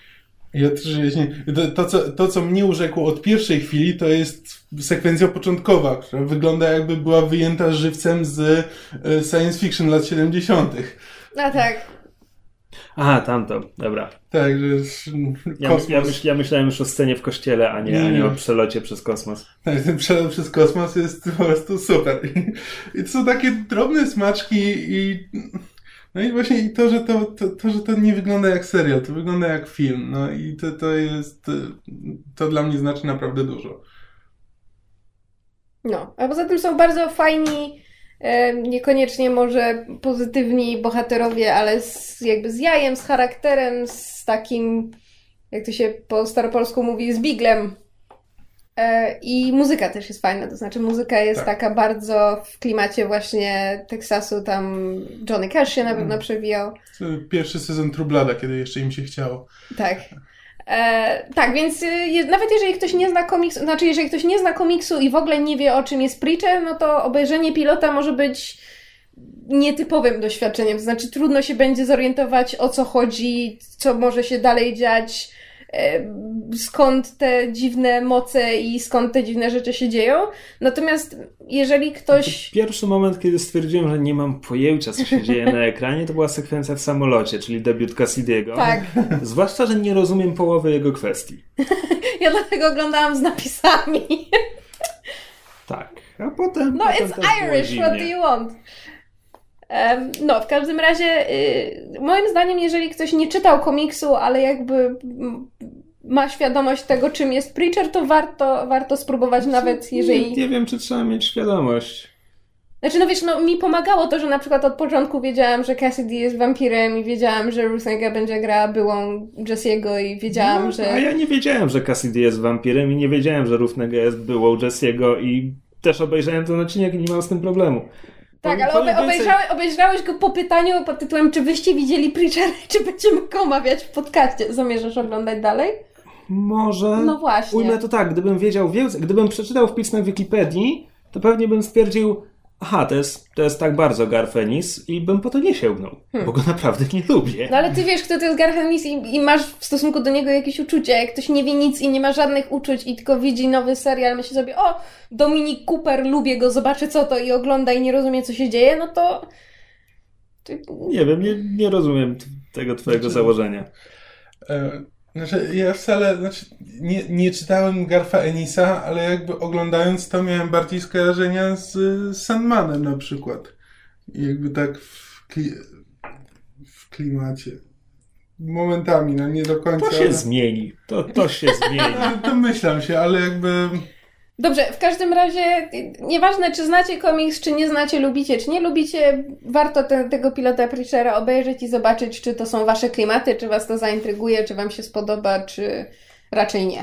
To, co mnie urzekło od pierwszej chwili, to jest sekwencja początkowa, która wygląda jakby była wyjęta żywcem z science fiction lat 70. A tak. Aha, tamto, dobra. Tak, że ja myślałem już o scenie w kościele, a nie o przelocie przez kosmos. Tak, ten przelot przez kosmos jest po prostu super. I to są takie drobne smaczki no i właśnie to, że to nie wygląda jak serial, to wygląda jak film. No i to dla mnie znaczy naprawdę dużo. No, a poza tym są bardzo fajni, niekoniecznie może pozytywni bohaterowie, ale jakby z jajem, z charakterem, z takim, jak to się po staropolsku mówi, z biglem. I muzyka też jest fajna, to znaczy muzyka jest taka bardzo w klimacie właśnie Teksasu, tam Johnny Cash się na pewno przewijał. Pierwszy sezon True Blooda, kiedy jeszcze im się chciało. Tak. Tak, więc nawet jeżeli ktoś nie zna komiksu, znaczy jeżeli ktoś nie zna komiksu i w ogóle nie wie o czym jest Preacher, no to obejrzenie pilota może być nietypowym doświadczeniem, to znaczy trudno się będzie zorientować o co chodzi, co może się dalej dziać, skąd te dziwne moce i skąd te dziwne rzeczy się dzieją. Natomiast jeżeli ktoś... Pierwszy moment, kiedy stwierdziłem, że nie mam pojęcia, co się dzieje na ekranie, to była sekwencja w samolocie, czyli debiut Cassidy'ego. Tak. Zwłaszcza, że nie rozumiem połowy jego kwestii. Ja dlatego oglądałam z napisami. Tak. A potem... No, it's Irish, what do you want? No, w każdym razie moim zdaniem, jeżeli ktoś nie czytał komiksu, ale jakby ma świadomość tego, czym jest Preacher, to warto spróbować, nawet jeżeli... Nie wiem, czy trzeba mieć świadomość. Znaczy, no wiesz, mi pomagało to, że na przykład od początku wiedziałam, że Cassidy jest wampirem i wiedziałam, że Ruth Negga będzie grała byłą Jesse'ego i wiedziałam, że... A ja nie wiedziałem, że Cassidy jest wampirem i nie wiedziałem, że Ruth Negga jest byłą Jesse'ego i też obejrzałem ten odcinek i nie mam z tym problemu. Tak, ale obejrzałeś go po pytaniu pod tytułem, czy wyście widzieli Preachera, czy będziemy go omawiać w podcaście. Zamierzasz oglądać dalej? Może. No właśnie. Ujmę to tak, gdybym wiedział więcej, gdybym przeczytał wpis na Wikipedii, to pewnie bym stwierdził, aha, to jest tak bardzo Garth Ennis i bym po to nie sięgnął, bo go naprawdę nie lubię. No ale ty wiesz, kto to jest Garth Ennis i masz w stosunku do niego jakieś uczucia. Jak ktoś nie wie nic i nie ma żadnych uczuć i tylko widzi nowy serial, myśli sobie, o, Dominic Cooper, lubię go, zobaczę co to i ogląda i nie rozumie, co się dzieje, no to... Nie wiem, nie rozumiem tego twojego założenia. Ja wcale nie czytałem Gartha Ennisa, ale jakby oglądając to miałem bardziej skojarzenia z Sandmanem na przykład. I jakby tak w klimacie. Momentami, nie do końca. To się zmieni. To się zmieni. Domyślam się, ale jakby... Dobrze, w każdym razie nieważne, czy znacie komiks, czy nie znacie, lubicie, czy nie lubicie, warto tego pilota Preachera obejrzeć i zobaczyć, czy to są wasze klimaty, czy was to zaintryguje, czy wam się spodoba, czy raczej nie.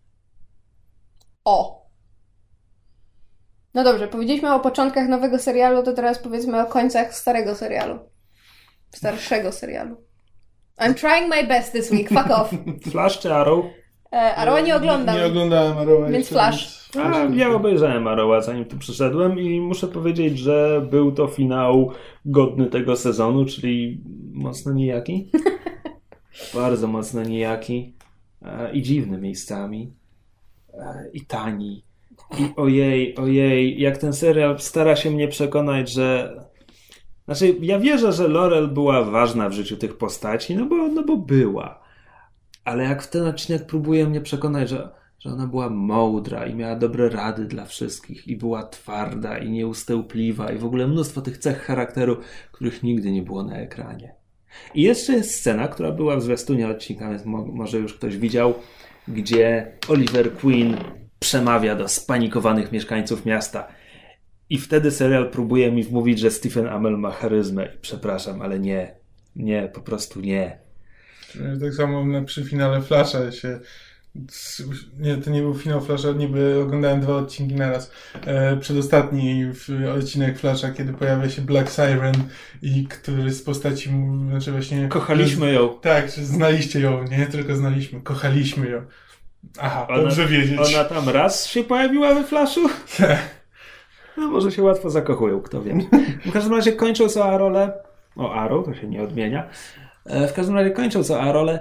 O! No dobrze, powiedzieliśmy o początkach nowego serialu, to teraz powiedzmy o końcach starego serialu. Starszego serialu. I'm trying my best this week, fuck off. Flash czy Arrow? Arrowa nie oglądam. Nie oglądałem Arrowa. Więc Flash. Ja obejrzałem Arrowa, zanim tu przyszedłem i muszę powiedzieć, że był to finał godny tego sezonu, czyli mocno nijaki. Bardzo mocno nijaki. I dziwny miejscami. I tani. I ojej, jak ten serial stara się mnie przekonać, że... Znaczy, ja wierzę, że Laurel była ważna w życiu tych postaci, no bo była. Ale jak w ten odcinek próbuje mnie przekonać, że ona była mądra i miała dobre rady dla wszystkich i była twarda i nieustępliwa i w ogóle mnóstwo tych cech charakteru, których nigdy nie było na ekranie. I jeszcze jest scena, która była w zwiastunie odcinka, więc może już ktoś widział, gdzie Oliver Queen przemawia do spanikowanych mieszkańców miasta. I wtedy serial próbuje mi wmówić, że Stephen Amell ma charyzmę. I przepraszam, ale nie, po prostu nie. Tak samo przy finale Flasha to nie był finał Flasha, niby oglądałem 2 odcinki naraz. Przedostatni odcinek Flasha, kiedy pojawia się Black Siren i który z postaci, znaczy właśnie... Kochaliśmy ją. Tak, że znaliście ją, nie tylko znaliśmy, kochaliśmy ją. Aha, dobrze wiedzieć. Ona tam raz się pojawiła we Flashu? No może się łatwo zakochują, kto wie. W każdym razie kończą całą rolę. O, Arrow, to się nie odmienia. W każdym razie kończą całą rolę.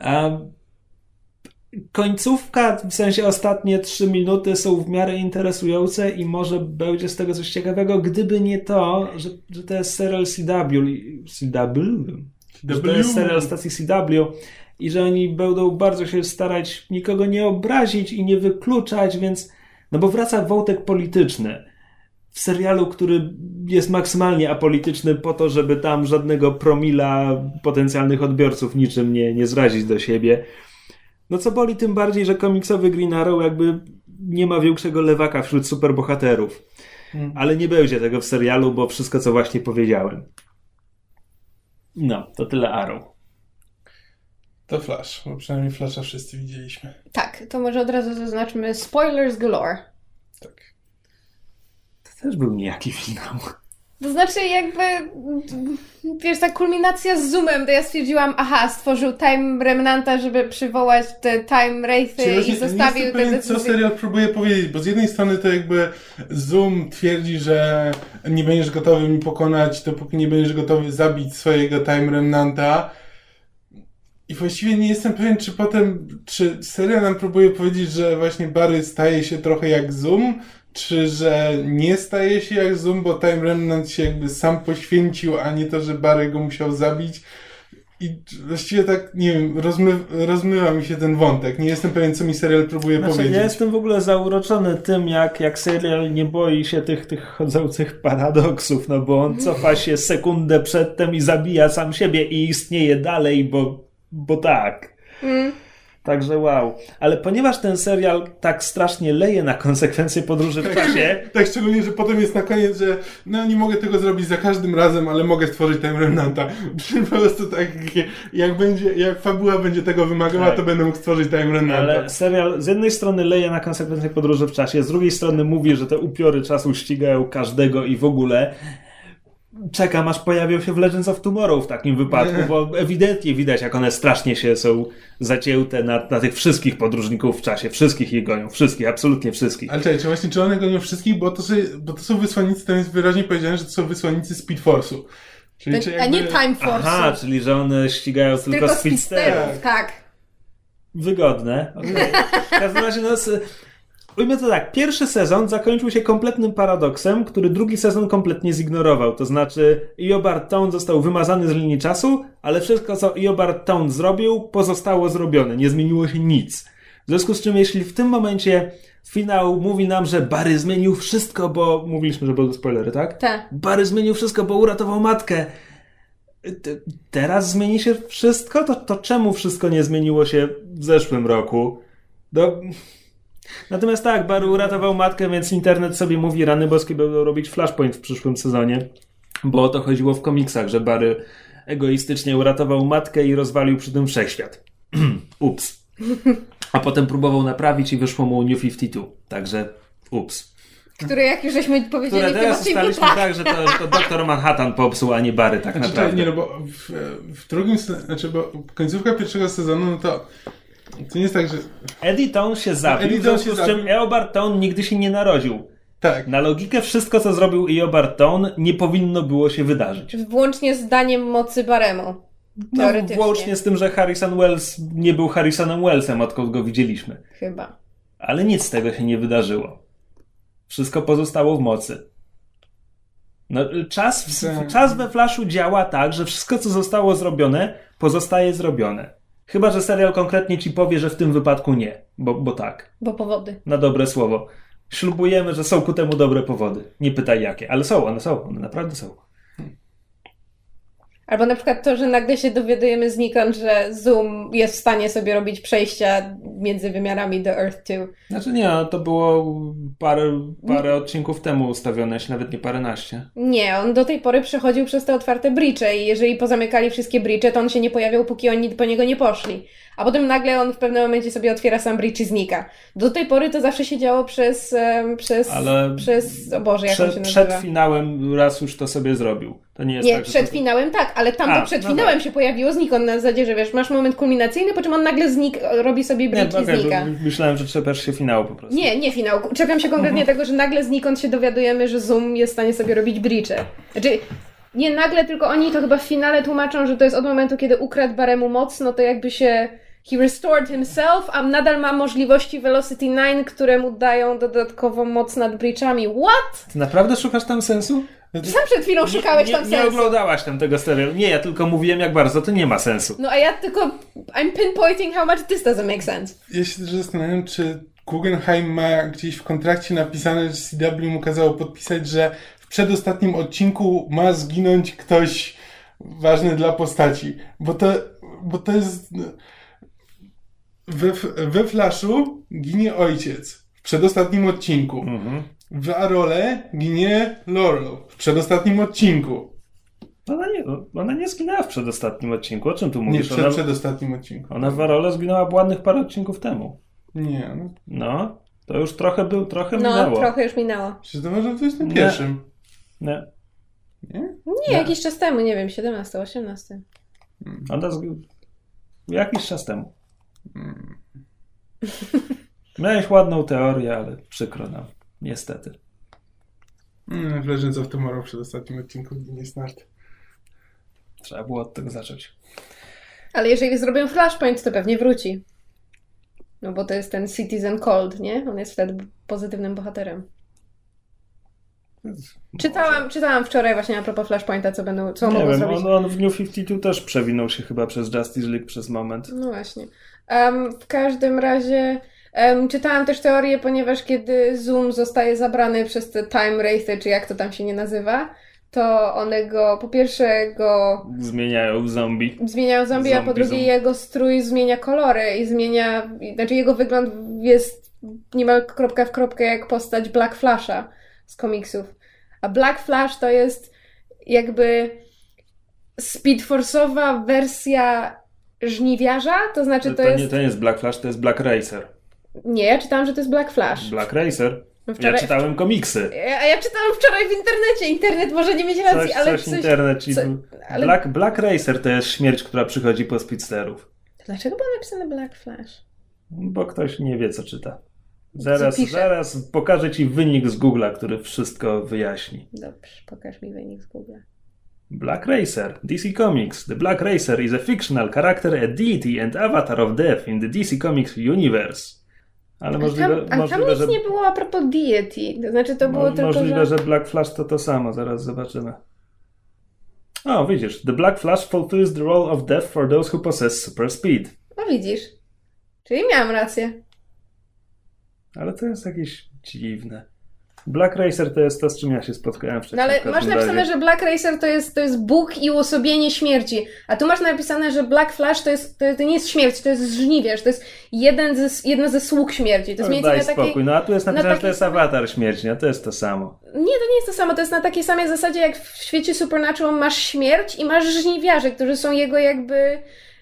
Końcówka, w sensie ostatnie 3 minuty są w miarę interesujące i może będzie z tego coś ciekawego, gdyby nie to, że to jest serial CW. Że to jest serial stacji CW i że oni będą bardzo się starać nikogo nie obrazić i nie wykluczać, więc... No bo wraca wątek polityczny. W serialu, który jest maksymalnie apolityczny po to, żeby tam żadnego promila potencjalnych odbiorców niczym nie zrazić do siebie. No co boli tym bardziej, że komiksowy Green Arrow jakby nie ma większego lewaka wśród superbohaterów. Ale nie będzie tego w serialu, bo wszystko co właśnie powiedziałem. No, to tyle Arrow. To Flash, bo przynajmniej Flasha wszyscy widzieliśmy. Tak, to może od razu zaznaczmy spoilers galore. Tak. To też był niejaki finał. To znaczy jakby, wiesz, ta kulminacja z Zoomem, to ja stwierdziłam, stworzył Time Remnanta, żeby przywołać te Time Wraithy i zostawił te decyzje. Co serial próbuje powiedzieć, bo z jednej strony to jakby Zoom twierdzi, że nie będziesz gotowy mi pokonać, dopóki nie będziesz gotowy zabić swojego Time Remnanta. I właściwie nie jestem pewien, czy serial nam próbuje powiedzieć, że właśnie Barry staje się trochę jak Zoom, czy że nie staje się jak Zoom, bo Time Remnant się jakby sam poświęcił, a nie to, że Barry go musiał zabić. I właściwie tak, nie wiem, rozmywa mi się ten wątek. Nie jestem pewien, co mi serial próbuje powiedzieć. Ja jestem w ogóle zauroczony tym, jak serial nie boi się tych chodzących paradoksów, no bo on cofa się sekundę przedtem i zabija sam siebie i istnieje dalej, bo tak. Także wow. Ale ponieważ ten serial tak strasznie leje na konsekwencje podróży w czasie... Tak, szczególnie, że potem jest na koniec, że nie mogę tego zrobić za każdym razem, ale mogę stworzyć Time Remnanta. Po prostu tak, jak fabuła będzie tego wymagała, to będę mógł stworzyć Time Remnanta. Ale serial z jednej strony leje na konsekwencje podróży w czasie, z drugiej strony mówi, że te upiory czasu ścigają każdego i w ogóle... Czekam, aż pojawią się w Legends of Tomorrow w takim wypadku, bo ewidentnie widać, jak one strasznie się są zacięte na tych wszystkich podróżników w czasie. Wszystkich je gonią. Wszystkich, absolutnie wszystkich. Ale czekaj, czy one gonią wszystkich? Bo to są wysłannicy, tam jest wyraźnie powiedziane, że to są wysłannicy Speed Force'u. Czyli a nie Time Force'u. Aha, czyli że one ścigają tylko speedsterów. Tak. Wygodne. Okay. W każdym razie, ujmę to tak, pierwszy sezon zakończył się kompletnym paradoksem, który drugi sezon kompletnie zignorował. To znaczy Eobard Thawne został wymazany z linii czasu, ale wszystko, co Eobard Thawne zrobił, pozostało zrobione. Nie zmieniło się nic. W związku z czym, jeśli w tym momencie finał mówi nam, że Barry zmienił wszystko, bo... Mówiliśmy, że były spoilery, tak? Tak. Barry zmienił wszystko, bo uratował matkę. Teraz zmieni się wszystko? To czemu wszystko nie zmieniło się w zeszłym roku? Natomiast tak, Barry uratował matkę, więc internet sobie mówi, rany boskie będą robić Flashpoint w przyszłym sezonie, bo o to chodziło w komiksach, że Barry egoistycznie uratował matkę i rozwalił przy tym wszechświat. Ups. A potem próbował naprawić i wyszło mu New 52. Także ups. Które jak już żeśmy powiedzieli które w tym teraz odcinku, ustaliśmy tak, że to Dr. Manhattan popsuł, a nie Barry tak naprawdę. Nie, no bo w drugim, bo końcówka pierwszego sezonu, to nie jest tak, że... Eddie Thawne się zabił, w związku z czym Eobard Thawne nigdy się nie narodził. Tak. Na logikę wszystko, co zrobił Eobard Thawne, nie powinno było się wydarzyć. Włącznie z daniem mocy Baremu. Teoretycznie. Włącznie z tym, że Harrison Wells nie był Harrisonem Wellsem, odkąd go widzieliśmy. Chyba. Ale nic z tego się nie wydarzyło. Wszystko pozostało w mocy. Czas we Flashu działa tak, że wszystko, co zostało zrobione, pozostaje zrobione. Chyba że serial konkretnie ci powie, że w tym wypadku nie. Bo tak. Bo powody. Na dobre słowo. Ślubujemy, że są ku temu dobre powody. Nie pytaj jakie, ale one naprawdę są. Albo na przykład to, że nagle się dowiadujemy znikąd, że Zoom jest w stanie sobie robić przejścia między wymiarami do Earth 2. Znaczy nie, to było parę odcinków temu ustawione, jeśli nawet nie paręnaście. Nie, on do tej pory przechodził przez te otwarte breache i jeżeli pozamykali wszystkie breache, to on się nie pojawiał, póki oni po niego nie poszli. A potem nagle on w pewnym momencie sobie otwiera sam breach i znika. Do tej pory to zawsze się działo przez o Boże, jak on się nazywa? Przed finałem raz już to sobie zrobił. To nie jest nie, tak, przed finałem tak, ale tamto przed finałem się pojawiło znikąd na zasadzie, że wiesz, masz moment kulminacyjny, po czym on nagle robi sobie breach i znika. Myślałem, że czepiasz się finału po prostu. Nie finał. Czepiam się konkretnie tego, że nagle znikąd się dowiadujemy, że Zoom jest w stanie sobie robić breache. Znaczy, nie nagle, tylko oni to chyba w finale tłumaczą, że to jest od momentu, kiedy ukradł Baremu moc, no to jakby się... He restored himself, a nadal ma możliwości Velocity 9, które mu dają dodatkowo moc nad breachami. What? Ty naprawdę szukasz tam sensu? Sam przed chwilą szukałeś tam sensu. Nie oglądałaś tam tego serialu. Nie, ja tylko mówiłem, jak bardzo to nie ma sensu. No a ja tylko... I'm pinpointing how much this doesn't make sense. Ja się też zastanawiam, czy Guggenheim ma gdzieś w kontrakcie napisane, że CW mu kazało podpisać, że w przedostatnim odcinku ma zginąć ktoś ważny dla postaci. Bo to jest... We Flashu ginie ojciec w przedostatnim odcinku. W Arole ginie Laurel w przedostatnim odcinku. Ona nie zginęła w przedostatnim odcinku. O czym tu mówisz? Nie, przedostatnim odcinku. Ona w Arole zginęła ładnych parę odcinków temu. Nie. No, to już trochę minęło. No, trochę już minęło. Czy to może w 21? Nie. Nie, jakiś czas temu, nie wiem, 17, 18. Ona jakiś czas temu. Miałeś ładną teorię, ale przykro nam. Niestety. W Legends of Tomorrow przed ostatnim odcinku nie start. Trzeba było od tego zacząć. Ale jeżeli zrobią Flashpoint, to pewnie wróci. No bo to jest ten Citizen Cold, nie? On jest wtedy pozytywnym bohaterem. Czytałam wczoraj właśnie a propos Flashpointa, co Nie mogą wiem, zrobić. on w New 52 też przewinął się chyba przez Justice League przez moment. No właśnie. W każdym razie czytałam też teorię, ponieważ kiedy Zoom zostaje zabrany przez te Time Wraithy, czy jak to tam się nie nazywa, to one go, po pierwsze go Zmieniają w zombie. a po drugie jego strój zmienia kolory i znaczy jego wygląd jest niemal kropka w kropkę jak postać Black Flasha z komiksów. A Black Flash to jest jakby Speed Force'owa wersja żniwiarza, to znaczy To nie jest Black Flash, to jest Black Racer. Nie, ja czytałam, że to jest Black Flash. Black Racer? Ja czytałem komiksy. A ja czytałam wczoraj w internecie. Internet może nie mieć racji, ale coś... Internet, Black Racer to jest śmierć, która przychodzi po speedsterów. Dlaczego było napisane Black Flash? Bo ktoś nie wie, co czyta. Zaraz pokażę ci wynik z Google'a, który wszystko wyjaśni. Dobrze, pokaż mi wynik z Google'a. Black Racer, DC Comics. The Black Racer is a fictional character, a deity and avatar of death in the DC Comics universe. Ale możliwe, tam nic nie było a propos deity. To znaczy to było tylko, możliwe, że Black Flash to samo. Zaraz zobaczymy. O, widzisz. The Black Flash fulfills the role of death for those who possess super speed. O, widzisz. Czyli miałam rację. Ale to jest jakieś dziwne. Black Racer to jest to, z czym ja się spotkałem wcześniej. No ale masz napisane, że Black Racer to jest Bóg i uosobienie śmierci. A tu masz napisane, że Black Flash to nie jest śmierć, to jest żniwierz. To jest jedno ze sług śmierci. To jest daj spokój. No a tu jest napisane, że to jest awatar śmierci. A to jest to samo. Nie, to nie jest to samo. To jest na takiej samej zasadzie, jak w świecie Supernatural masz śmierć i masz żniwiarze, którzy są jego jakby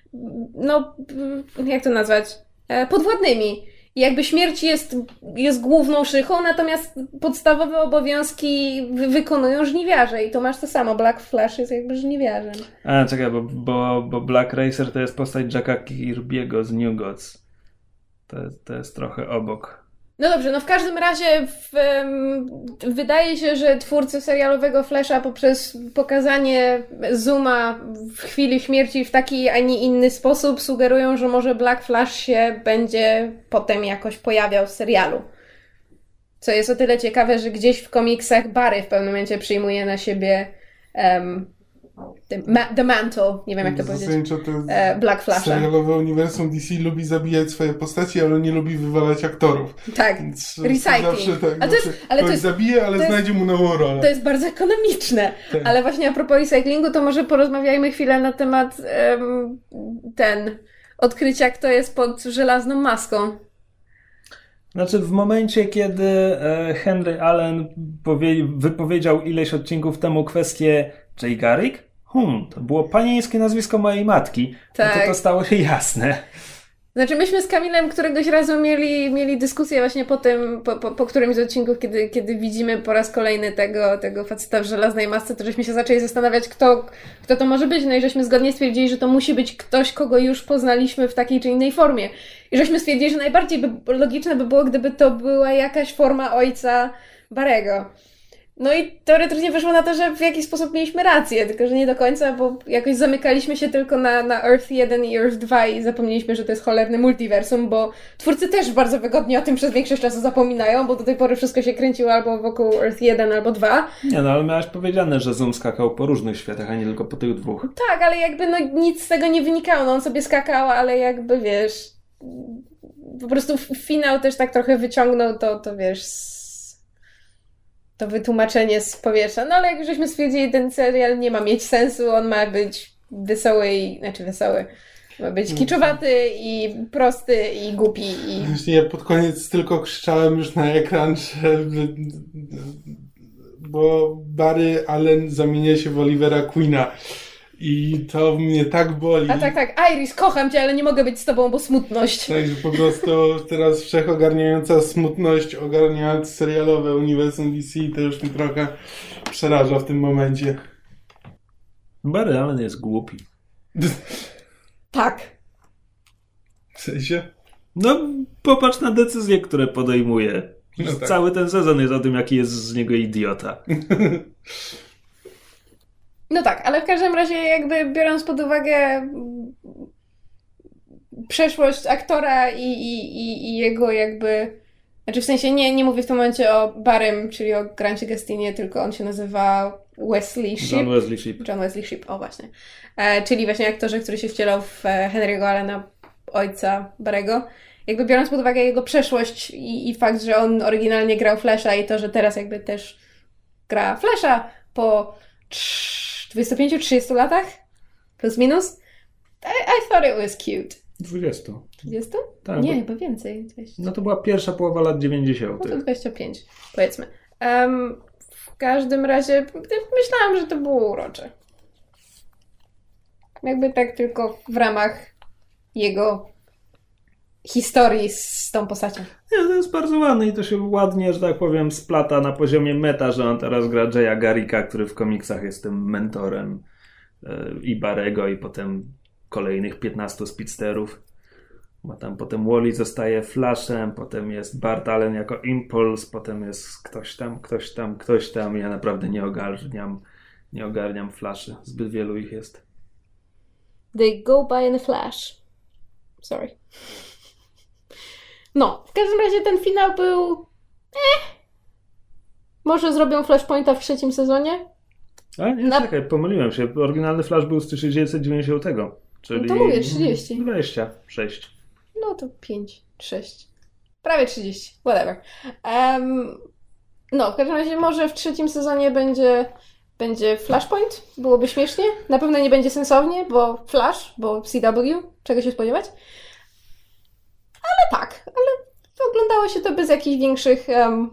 jak to nazwać? Podwładnymi. I jakby śmierć jest główną szychą, natomiast podstawowe obowiązki wykonują żniwiarze. I to masz to samo. Black Flash jest jakby żniwiarzem. A, czekaj, bo Black Racer to jest postać Jacka Kirby'ego z New Gods. To jest trochę obok. No dobrze, w każdym razie wydaje się, że twórcy serialowego Flasha poprzez pokazanie Zooma w chwili śmierci w taki, a nie inny sposób sugerują, że może Black Flash się będzie potem jakoś pojawiał w serialu. Co jest o tyle ciekawe, że gdzieś w komiksach Barry w pewnym momencie przyjmuje na siebie The Mantle, nie wiem jak to powiedzieć, Black Flasha. Serialowe uniwersum DC lubi zabijać swoje postaci, ale nie lubi wywalać aktorów. Tak, więc recycling. Ktoś zabije, ale znajdzie mu nową rolę. To jest bardzo ekonomiczne. Tak. Ale właśnie a propos recyklingu, to może porozmawiajmy chwilę na temat odkrycia, kto jest pod żelazną maską. Znaczy w momencie, kiedy Henry Allen wypowiedział ileś odcinków temu kwestię Jay Garrick, to było panieńskie nazwisko mojej matki, tak. No to stało się jasne. Znaczy myśmy z Kamilem któregoś razu mieli dyskusję właśnie po którymś z odcinków, kiedy widzimy po raz kolejny tego faceta w żelaznej masce, to żeśmy się zaczęli zastanawiać, kto to może być, no i żeśmy zgodnie stwierdzili, że to musi być ktoś, kogo już poznaliśmy w takiej czy innej formie. I żeśmy stwierdzili, że najbardziej logiczne by było, gdyby to była jakaś forma ojca Barrego. No i teoretycznie wyszło na to, że w jakiś sposób mieliśmy rację, tylko że nie do końca, bo jakoś zamykaliśmy się tylko na Earth 1 i Earth 2 i zapomnieliśmy, że to jest cholerny multiversum, bo twórcy też bardzo wygodnie o tym przez większość czasu zapominają, bo do tej pory wszystko się kręciło albo wokół Earth 1 albo 2. Nie, ale miałaś powiedziane, że Zoom skakał po różnych światach, a nie tylko po tych dwóch. Tak, ale jakby nic z tego nie wynikało, on sobie skakał, ale jakby wiesz, po prostu finał też tak trochę wyciągnął to wiesz, to wytłumaczenie z powietrza. No ale jak już żeśmy stwierdzili, ten serial nie ma mieć sensu, on ma być wesoły, ma być kiczowaty i prosty i głupi. Właśnie ja pod koniec tylko krzyczałem już na ekran, bo Barry Allen zamienia się w Olivera Queena. I to mnie tak boli. A tak, Iris, kocham cię, ale nie mogę być z tobą, bo smutność. Tak, że po prostu teraz wszechogarniająca smutność ogarniając serialowe uniwersum DC, to już mnie trochę przeraża w tym momencie. Barry Allen jest głupi. Tak. W sensie? No, popatrz na decyzje, które podejmuje. No tak. Cały ten sezon jest o tym, jaki jest z niego idiota. No tak, ale w każdym razie jakby biorąc pod uwagę przeszłość aktora i jego jakby Znaczy w sensie nie mówię w tym momencie o Barrym, czyli o Grancie Gustinie, tylko on się nazywa Wesley Shipp. John Wesley Shipp, o właśnie. Czyli właśnie aktorze, który się wcielał w Henry'ego Allena, ojca Barrego. Jakby biorąc pod uwagę jego przeszłość i fakt, że on oryginalnie grał Flasha i to, że teraz jakby też gra Flasha po 25-30 latach, plus minus, I thought it was cute. 20. 20? Tak, Nie, chyba więcej. 20. No to była pierwsza połowa lat 90. No to 25, powiedzmy. W każdym razie myślałam, że to było urocze. Jakby tak tylko w ramach jego historii z tą postacią. Nie, to jest bardzo ładne i to się ładnie, że tak powiem, splata na poziomie meta, że on teraz gra Jaya Garricka, który w komiksach jest tym mentorem i Barrego i potem kolejnych 15 speedsterów. Bo tam potem Wally zostaje Flashem, potem jest Bart Allen jako Impulse, potem jest ktoś tam. Ja naprawdę nie ogarniam Flaszy. Zbyt wielu ich jest. They go by in a flash. Sorry. No, w każdym razie ten finał był... Może zrobią Flashpointa w 3. sezonie? A nie, czekaj, pomyliłem się. Oryginalny Flash był z 1990, czyli... No to mówię, 30. 26. No to 5, 6. Prawie 30. Whatever. No, w każdym razie może w 3. sezonie będzie Flashpoint. Byłoby śmiesznie. Na pewno nie będzie sensownie, bo Flash, bo CW. Czego się spodziewać? Ale tak. Ale oglądało się to bez jakichś większych...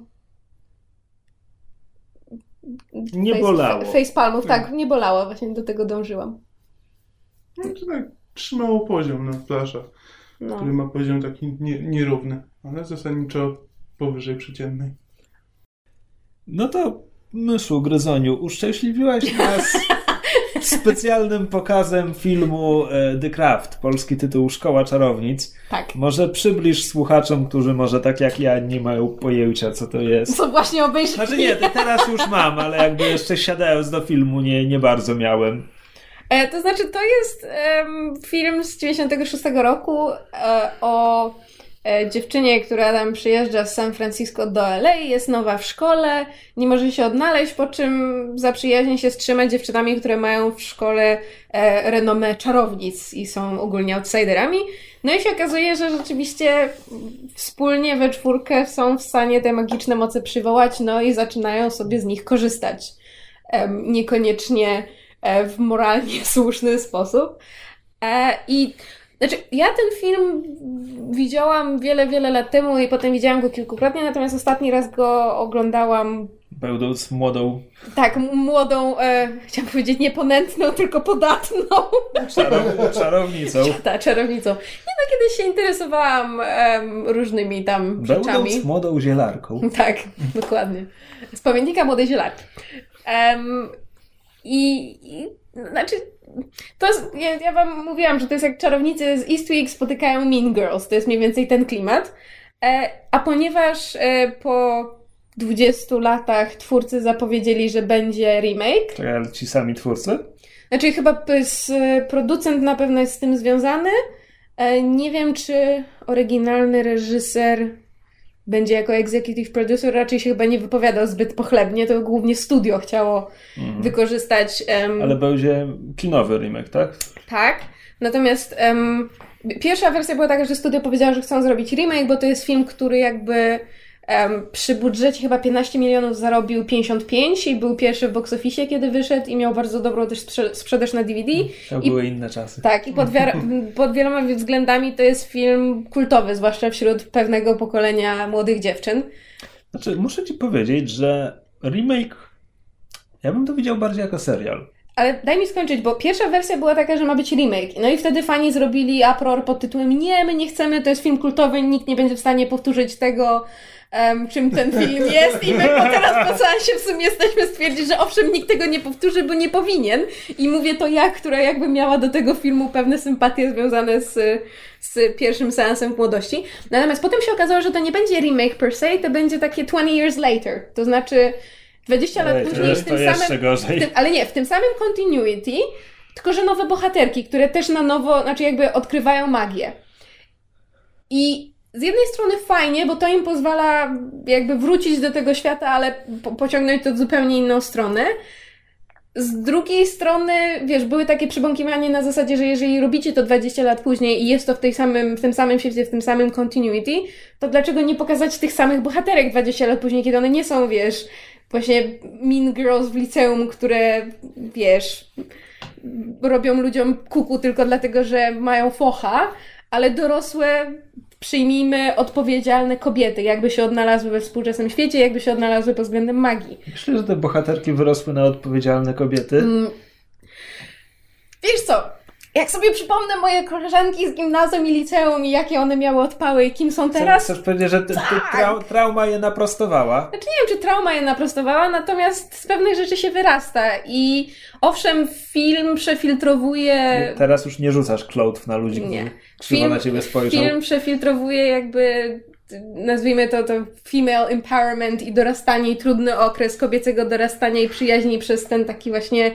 nie bolało. Facepalmów, tak. Nie bolało. Właśnie do tego dążyłam. No to tak trzymało poziom na Flasha, który ma poziom taki nierówny, ale zasadniczo powyżej przeciętnej. No to myszu Gryzoniu, uszczęśliwiłaś nas specjalnym pokazem filmu The Craft, polski tytuł Szkoła Czarownic. Tak. Może przybliż słuchaczom, którzy może tak jak ja nie mają pojęcia, co to jest. Co właśnie obejrzeli. Znaczy nie, to teraz już mam, ale jakby jeszcze siadając do filmu nie bardzo miałem. To znaczy, to jest film z 96 roku o dziewczynie, która tam przyjeżdża z San Francisco do LA, jest nowa w szkole, nie może się odnaleźć, po czym zaprzyjaźni się z 3 dziewczynami, które mają w szkole renomę czarownic i są ogólnie outsiderami. No i się okazuje, że rzeczywiście wspólnie we 4 są w stanie te magiczne moce przywołać, no i zaczynają sobie z nich korzystać. Niekoniecznie w moralnie słuszny sposób. I znaczy, ja ten film widziałam wiele lat temu i potem widziałam go kilkukrotnie, natomiast ostatni raz go oglądałam... Będąc młodą... Tak, młodą, chciałam powiedzieć nie ponętną, tylko podatną. Czarownicą. Tak, czarownicą. Nie no, kiedyś się interesowałam różnymi tam rzeczami. Będąc młodą zielarką. Tak, dokładnie. Z pamiętnika młodej zielarki. Znaczy, to jest, ja wam mówiłam, że to jest jak czarownicy z Eastwick spotykają Mean Girls. To jest mniej więcej ten klimat. A ponieważ po 20 latach twórcy zapowiedzieli, że będzie remake. To ale ci sami twórcy? Znaczy chyba producent na pewno jest z tym związany. Nie wiem, czy oryginalny reżyser będzie jako executive producer, raczej się chyba nie wypowiadał zbyt pochlebnie, to głównie studio chciało wykorzystać... Ale będzie kinowy remake, tak? Tak, natomiast pierwsza wersja była taka, że studio powiedziało, że chcą zrobić remake, bo to jest film, który jakby przy budżecie chyba 15 milionów zarobił 55 i był pierwszy w box office, kiedy wyszedł i miał bardzo dobrą też sprzedaż na DVD. To były inne czasy. Tak, i pod wieloma względami to jest film kultowy, zwłaszcza wśród pewnego pokolenia młodych dziewczyn. Znaczy, muszę ci powiedzieć, że remake, ja bym to widział bardziej jako serial. Ale daj mi skończyć, bo pierwsza wersja była taka, że ma być remake. No i wtedy fani zrobili uproar pod tytułem nie, my nie chcemy, to jest film kultowy, nikt nie będzie w stanie powtórzyć tego, czym ten film jest i my teraz po seansie w sumie jesteśmy stwierdzić, że owszem, nikt tego nie powtórzy, bo nie powinien. I mówię to ja, która jakby miała do tego filmu pewne sympatie związane z pierwszym seansem w młodości. Natomiast potem się okazało, że to nie będzie remake per se, to będzie takie 20 years later. To znaczy 20 lat później w tym samym... ale nie, w tym samym continuity, tylko że nowe bohaterki, które też na nowo, znaczy jakby odkrywają magię. I z jednej strony fajnie, bo to im pozwala jakby wrócić do tego świata, ale pociągnąć to w zupełnie inną stronę. Z drugiej strony, wiesz, były takie przybąkiwania na zasadzie, że jeżeli robicie to 20 lat później i jest to w tym samym świecie, w tym samym continuity, to dlaczego nie pokazać tych samych bohaterek 20 lat później, kiedy one nie są, wiesz, właśnie Mean Girls w liceum, które, wiesz, robią ludziom kuku tylko dlatego, że mają focha, ale dorosłe, przyjmijmy, odpowiedzialne kobiety, jakby się odnalazły we współczesnym świecie, jakby się odnalazły pod względem magii. Myślę, że te bohaterki wyrosły na odpowiedzialne kobiety. Wiesz co, jak sobie przypomnę moje koleżanki z gimnazjum i liceum i jakie one miały odpały i kim są teraz... Chcesz powiedzieć, że trauma je naprostowała? Znaczy nie wiem, czy trauma je naprostowała, natomiast z pewnych rzeczy się wyrasta i owszem, film przefiltrowuje... Teraz już nie rzucasz klątw na ludzi, którzy krzywo na ciebie spojrzą. Film przefiltrowuje jakby, nazwijmy to female empowerment i dorastanie i trudny okres kobiecego dorastania i przyjaźni przez ten taki właśnie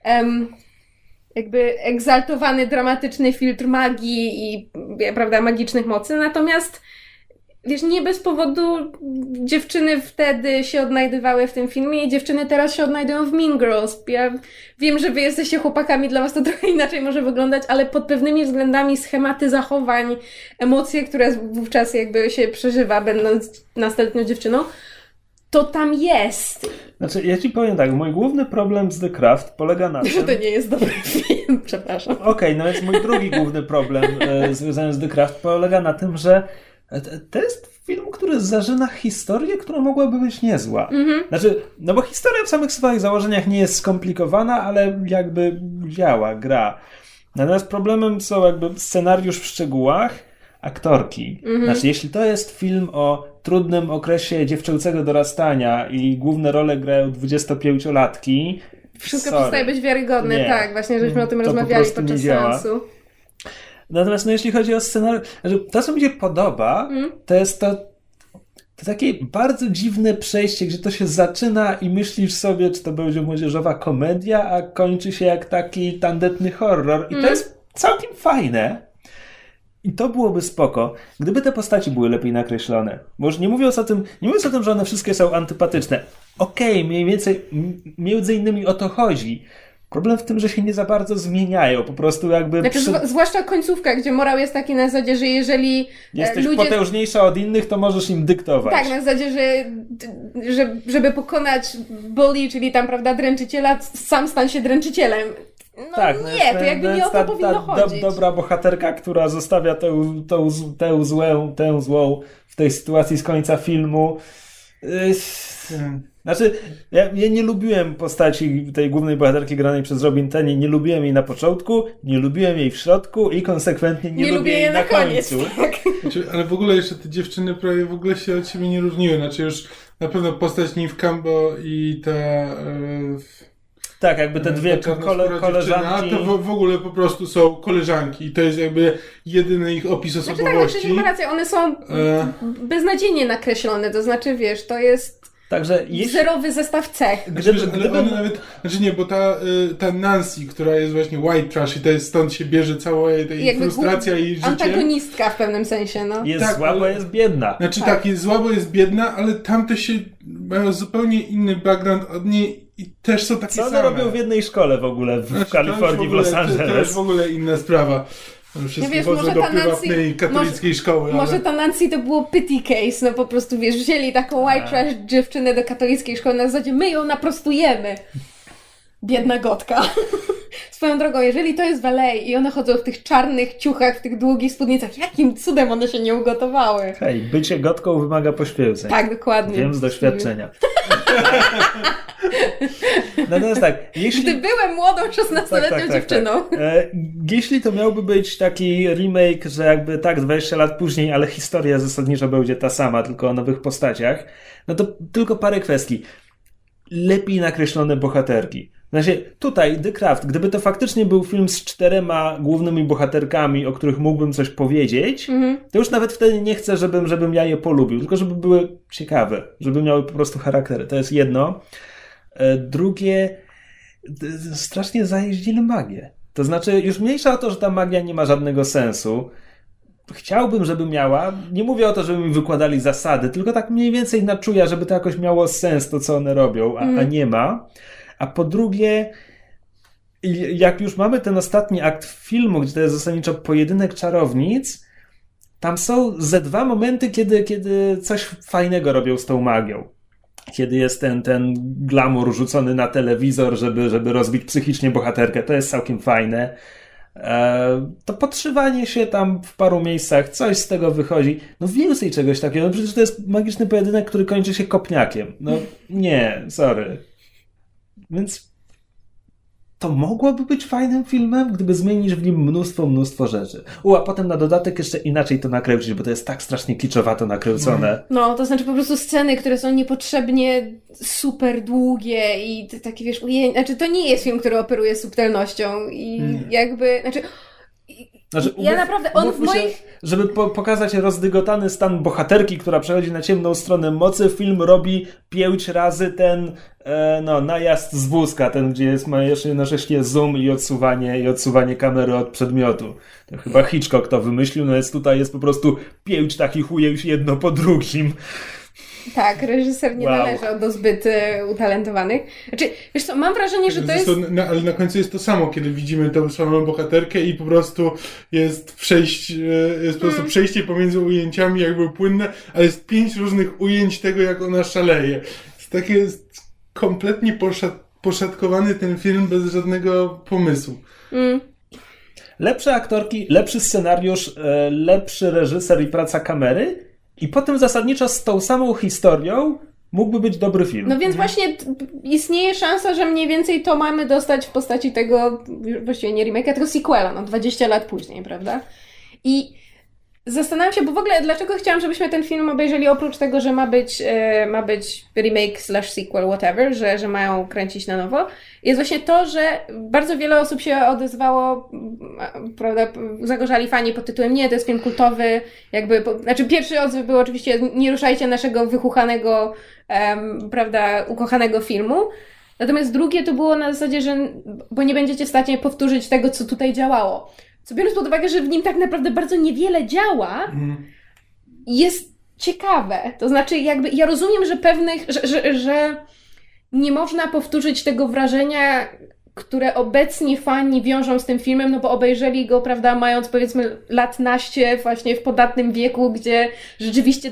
jakby egzaltowany, dramatyczny filtr magii i, prawda, magicznych mocy. Natomiast wiesz, nie bez powodu dziewczyny wtedy się odnajdywały w tym filmie i dziewczyny teraz się odnajdują w Mean Girls. Ja wiem, że wy jesteście chłopakami, dla was to trochę inaczej może wyglądać, ale pod pewnymi względami schematy zachowań, emocje, które wówczas jakby się przeżywa, będąc nastoletnią dziewczyną, to tam jest. Znaczy, ja ci powiem tak, mój główny problem z The Craft polega na tym... Że to nie jest dobry film, przepraszam. Okej, no więc mój drugi główny problem związany z The Craft polega na tym, że to jest film, który zażyna historię, która mogłaby być niezła. Znaczy, no bo historia w samych swoich założeniach nie jest skomplikowana, ale jakby działa, gra. Natomiast problemem są jakby scenariusz w szczegółach, aktorki. Znaczy, jeśli to jest film o trudnym okresie dziewczęcego dorastania i główne role grają 25-latki... Wszystko przestaje być wiarygodne, tak, właśnie żeśmy o tym rozmawiali podczas seansu. Natomiast no, jeśli chodzi o scenariusz, to co mi się podoba, to jest to takie bardzo dziwne przejście, gdzie to się zaczyna i myślisz sobie, czy to będzie młodzieżowa komedia, a kończy się jak taki tandetny horror. I to jest całkiem fajne. I to byłoby spoko, gdyby te postaci były lepiej nakreślone. Bo już nie mówiąc o tym, że one wszystkie są antypatyczne. Okej, mniej więcej, między innymi o to chodzi. Problem w tym, że się nie za bardzo zmieniają, po prostu jakby... Znaczy, zwłaszcza końcówka, gdzie morał jest taki na zasadzie, że jeżeli jesteś potężniejsza od innych, to możesz im dyktować. Tak, na zasadzie, że żeby pokonać bully, czyli tam, prawda, dręczyciela, sam stań się dręczycielem. No tak, nie, to jakby nie o to powinno chodzić. Dobra bohaterka, która zostawia tę złą w tej sytuacji z końca filmu. Znaczy, ja nie lubiłem postaci tej głównej bohaterki granej przez Robin Tunney, nie lubiłem jej na początku, nie lubiłem jej w środku i konsekwentnie nie lubię jej na końcu. Tak. Znaczy, ale w ogóle jeszcze te dziewczyny prawie w ogóle się od siebie nie różniły. Znaczy już na pewno postać Neve Campbell i ta... Tak, jakby te dwie koleżanki. To w ogóle po prostu są koleżanki i to jest jakby jedyny ich opis osobowości. Znaczy tak, rację, one są beznadziejnie nakreślone, to znaczy wiesz, to jest zerowy zestaw cech. Ale one nawet, znaczy nie, bo ta Nancy, która jest właśnie white trash i to jest, stąd się bierze cała tej frustracja i życie. Antagonistka w pewnym sensie, no. Jest tak, zła, bo jest biedna. Znaczy tak, jest zła, bo jest biedna, ale tamte się mają zupełnie inny background od niej i też są takie same. Co one robią w jednej szkole w ogóle w Kalifornii, w Los Angeles? To jest w ogóle inna sprawa. Wszystkie może do prywatnej katolickiej szkoły. Może ta Nancy to było pity case, no po prostu wiesz, wzięli taką white trash dziewczynę do katolickiej szkoły na zasadzie my ją naprostujemy. Biedna gotka. Swoją drogą, jeżeli to jest w LA i one chodzą w tych czarnych ciuchach, w tych długich spódnicach, jakim cudem one się nie ugotowały? Hej, bycie gotką wymaga poświęceń. Tak, dokładnie. Wiem z doświadczenia. Natomiast tak, Gdy byłem młodą 16-letnią dziewczyną. Jeśli to miałby być taki remake, że jakby 20 lat później, ale historia zasadniczo będzie ta sama, tylko o nowych postaciach, no to tylko parę kwestii. Lepiej nakreślone bohaterki. Znaczy, tutaj The Craft, gdyby to faktycznie był film z 4 głównymi bohaterkami, o których mógłbym coś powiedzieć, to już nawet wtedy nie chcę, żebym ja je polubił, tylko żeby były ciekawe, żeby miały po prostu charaktery. To jest jedno. Drugie, strasznie zajeździli magię. To znaczy, już mniejsza o to, że ta magia nie ma żadnego sensu. chciałbym, żeby miała. Nie mówię o to, żeby mi wykładali zasady, tylko tak mniej więcej na czuja, żeby to jakoś miało sens, to co one robią, a nie ma. A po drugie, jak już mamy ten ostatni akt filmu, gdzie to jest zasadniczo pojedynek czarownic, tam są ze 2 momenty, kiedy coś fajnego robią z tą magią. Kiedy jest ten glamour rzucony na telewizor, żeby rozbić psychicznie bohaterkę. To jest całkiem fajne. To podszywanie się tam w paru miejscach, coś z tego wychodzi. No więcej czegoś takiego. No przecież to jest magiczny pojedynek, który kończy się kopniakiem. No nie, sorry. Więc to mogłoby być fajnym filmem, gdyby zmienić w nim mnóstwo rzeczy. A potem na dodatek jeszcze inaczej to nakręcić, bo to jest tak strasznie kiczowato nakręcone. No, to znaczy po prostu sceny, które są niepotrzebnie super długie i takie, wiesz, znaczy to nie jest film, który operuje subtelnością i jakby, ja naprawdę, on w moich... Żeby pokazać rozdygotany stan bohaterki, która przechodzi na ciemną stronę mocy, film robi 5 razy ten najazd z wózka, ten, gdzie ma jeszcze jednocześnie zoom i odsuwanie kamery od przedmiotu. To chyba Hitchcock to wymyślił, tutaj jest po prostu 5 takich ujęć jedno po drugim. Tak, reżyser nie należał do zbyt utalentowanych. Znaczy, wiesz co, mam wrażenie, że to jest... ale na końcu jest to samo, kiedy widzimy tą samą bohaterkę i po prostu jest przejście pomiędzy ujęciami jakby płynne, ale jest 5 różnych ujęć tego, jak ona szaleje. Jest kompletnie poszatkowany ten film bez żadnego pomysłu. Lepsze aktorki, lepszy scenariusz, lepszy reżyser i praca kamery. I potem zasadniczo z tą samą historią mógłby być dobry film. No więc właśnie istnieje szansa, że mniej więcej to mamy dostać w postaci tego, właściwie nie remake'a, tylko sequela, 20 lat później, prawda? I zastanawiam się, bo w ogóle dlaczego chciałam, żebyśmy ten film obejrzeli, oprócz tego, że ma być remake / sequel, whatever, że mają kręcić na nowo, jest właśnie to, że bardzo wiele osób się odezwało, prawda, zagorzali fani pod tytułem nie, to jest film kultowy, pierwszy odzew był oczywiście nie ruszajcie naszego wychuchanego, prawda, ukochanego filmu, natomiast drugie to było na zasadzie, że bo nie będziecie w stanie powtórzyć tego, co tutaj działało. Co biorąc pod uwagę, że w nim tak naprawdę bardzo niewiele działa, jest ciekawe. To znaczy ja rozumiem, że że nie można powtórzyć tego wrażenia, które obecnie fani wiążą z tym filmem, no bo obejrzeli go, prawda, mając powiedzmy lat naście właśnie w podatnym wieku, gdzie rzeczywiście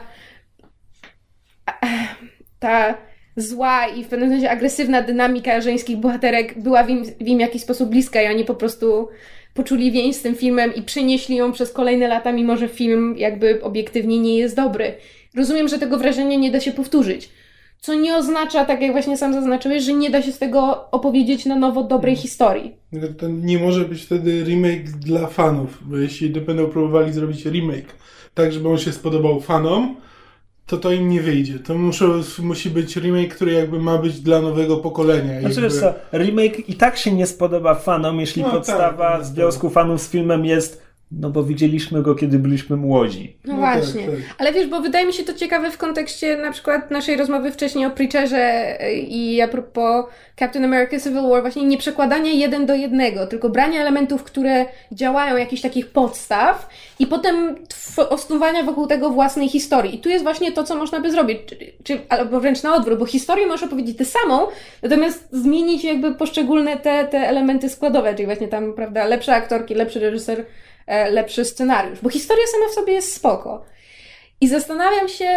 ta zła i w pewnym sensie agresywna dynamika żeńskich bohaterek była w im jakiś sposób bliska i oni po prostu poczuli więź z tym filmem i przenieśli ją przez kolejne lata, mimo że film jakby obiektywnie nie jest dobry. Rozumiem, że tego wrażenia nie da się powtórzyć. Co nie oznacza, tak jak właśnie sam zaznaczyłeś, że nie da się z tego opowiedzieć na nowo dobrej historii. To nie może być wtedy remake dla fanów, bo jeśli będą próbowali zrobić remake tak, żeby on się spodobał fanom, to im nie wyjdzie. To musi być remake, który jakby ma być dla nowego pokolenia. Znaczy wiesz co, remake i tak się nie spodoba fanom, jeśli podstawa związku fanów z filmem jest bo widzieliśmy go, kiedy byliśmy młodzi. No właśnie. Tak. Ale wiesz, bo wydaje mi się to ciekawe w kontekście na przykład naszej rozmowy wcześniej o Preacherze i a propos Captain America Civil War, właśnie nie przekładania 1 do 1, tylko brania elementów, które działają, jakichś takich podstaw i potem osnuwania wokół tego własnej historii. I tu jest właśnie to, co można by zrobić. Albo wręcz na odwrót, bo historię możesz opowiedzieć tę samą, natomiast zmienić jakby poszczególne te elementy składowe, czyli właśnie tam, prawda, lepsze aktorki, lepszy reżyser, lepszy scenariusz, bo historia sama w sobie jest spoko. I zastanawiam się,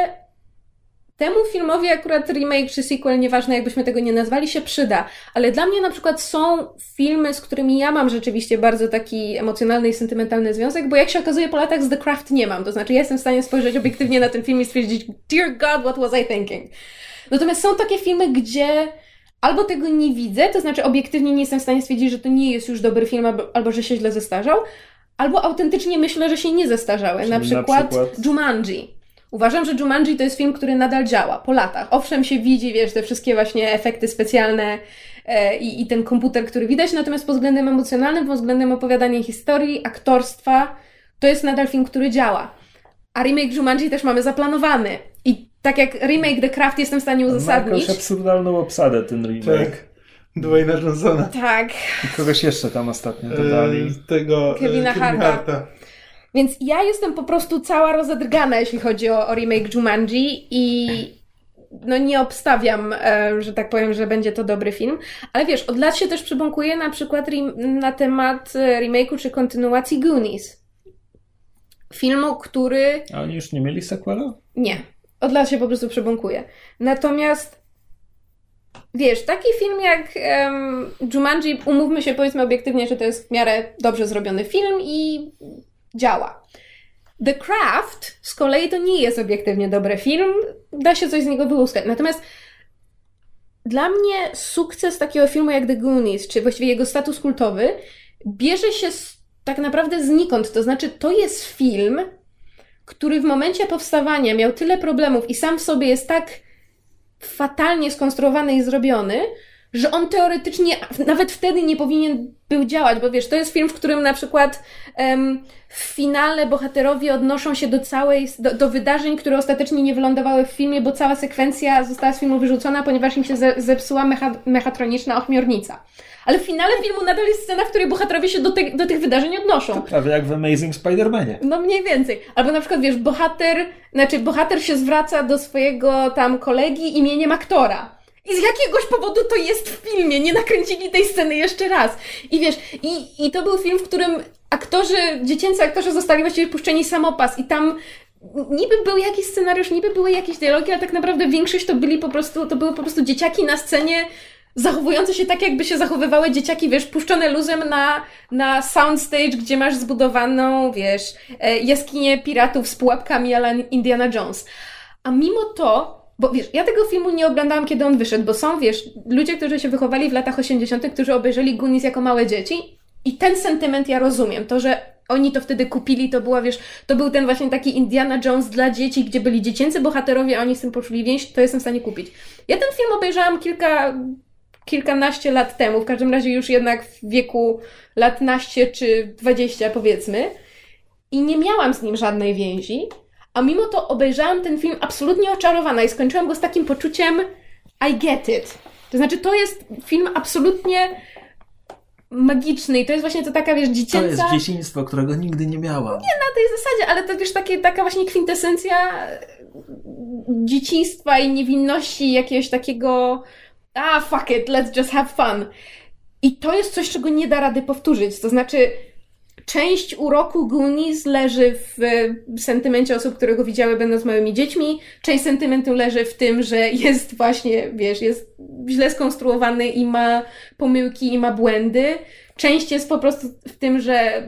temu filmowi akurat remake czy sequel, nieważne jakbyśmy tego nie nazwali, się przyda, ale dla mnie na przykład są filmy, z którymi ja mam rzeczywiście bardzo taki emocjonalny i sentymentalny związek, bo jak się okazuje po latach z The Craft nie mam, to znaczy ja jestem w stanie spojrzeć obiektywnie na ten film i stwierdzić, dear God, what was I thinking? Natomiast są takie filmy, gdzie albo tego nie widzę, to znaczy obiektywnie nie jestem w stanie stwierdzić, że to nie jest już dobry film, albo że się źle zestarzał, albo autentycznie myślę, że się nie zestarzały. Na przykład Jumanji. Uważam, że Jumanji to jest film, który nadal działa po latach. Owszem się widzi, wiesz, te wszystkie właśnie efekty specjalne i ten komputer, który widać, natomiast pod względem emocjonalnym, pod względem opowiadania historii, aktorstwa, to jest nadal film, który działa. A remake Jumanji też mamy zaplanowany. I tak jak remake The Craft jestem w stanie uzasadnić. Ma jakąś absurdalną obsadę ten remake. Tak. Dwayna Johnsona. Tak. I kogoś jeszcze tam ostatnio dodali. Tego Kevina Harta. Więc ja jestem po prostu cała rozedrgana, jeśli chodzi o remake Jumanji i no nie obstawiam, że tak powiem, że będzie to dobry film. Ale wiesz, od lat się też przybąkuje na przykład na temat remake'u czy kontynuacji Goonies. Filmu, który... A oni już nie mieli sequela? Nie. Od lat się po prostu przebąkuje. Natomiast wiesz, taki film jak Jumanji, umówmy się, powiedzmy obiektywnie, że to jest w miarę dobrze zrobiony film i działa. The Craft z kolei to nie jest obiektywnie dobry film, da się coś z niego wyłuskać. Natomiast dla mnie sukces takiego filmu jak The Goonies, czy właściwie jego status kultowy, bierze się tak naprawdę znikąd. To znaczy, to jest film, który w momencie powstawania miał tyle problemów i sam w sobie jest tak fatalnie skonstruowany i zrobiony, że on teoretycznie nawet wtedy nie powinien był działać, bo wiesz, to jest film, w którym na przykład w finale bohaterowie odnoszą się do wydarzeń, które ostatecznie nie wylądowały w filmie, bo cała sekwencja została z filmu wyrzucona, ponieważ im się zepsuła mechatroniczna ośmiornica. Ale w finale filmu nadal jest scena, w której bohaterowie się do tych wydarzeń odnoszą. To prawie jak w Amazing Spider-Manie. No mniej więcej. Albo na przykład, wiesz, bohater się zwraca do swojego tam kolegi imieniem aktora. I z jakiegoś powodu to jest w filmie. Nie nakręcili tej sceny jeszcze raz. I wiesz, i to był film, w którym dziecięcy aktorzy zostali właściwie puszczeni samopas i tam niby był jakiś scenariusz, niby były jakieś dialogi, ale tak naprawdę większość to były po prostu dzieciaki na scenie zachowujące się tak, jakby się zachowywały dzieciaki, wiesz, puszczone luzem na soundstage, gdzie masz zbudowaną, wiesz, jaskinię piratów z pułapkami a la Indiana Jones. A mimo to, bo wiesz, ja tego filmu nie oglądałam, kiedy on wyszedł, bo są, wiesz, ludzie, którzy się wychowali w latach 80., którzy obejrzeli Goonies jako małe dzieci i ten sentyment ja rozumiem. To, że oni to wtedy kupili, to był ten właśnie taki Indiana Jones dla dzieci, gdzie byli dziecięcy bohaterowie, a oni z tym poczuli więź, to jestem w stanie kupić. Ja ten film obejrzałam kilkanaście lat temu, w każdym razie już jednak w wieku lat naście czy 20 powiedzmy i nie miałam z nim żadnej więzi, a mimo to obejrzałam ten film absolutnie oczarowana i skończyłam go z takim poczuciem I get it. To znaczy to jest film absolutnie magiczny i to jest właśnie to taka, wiesz, dziecięca... To jest dzieciństwo, którego nigdy nie miałam. Nie na tej zasadzie, ale to wiesz, taka właśnie kwintesencja dzieciństwa i niewinności, jakiegoś takiego fuck it, let's just have fun. I to jest coś, czego nie da rady powtórzyć. To znaczy, część uroku Goonies leży w sentymencie osób, które go widziały będąc małymi dziećmi. Część sentymentu leży w tym, że jest właśnie, wiesz, jest źle skonstruowany i ma pomyłki i ma błędy. Część jest po prostu w tym, że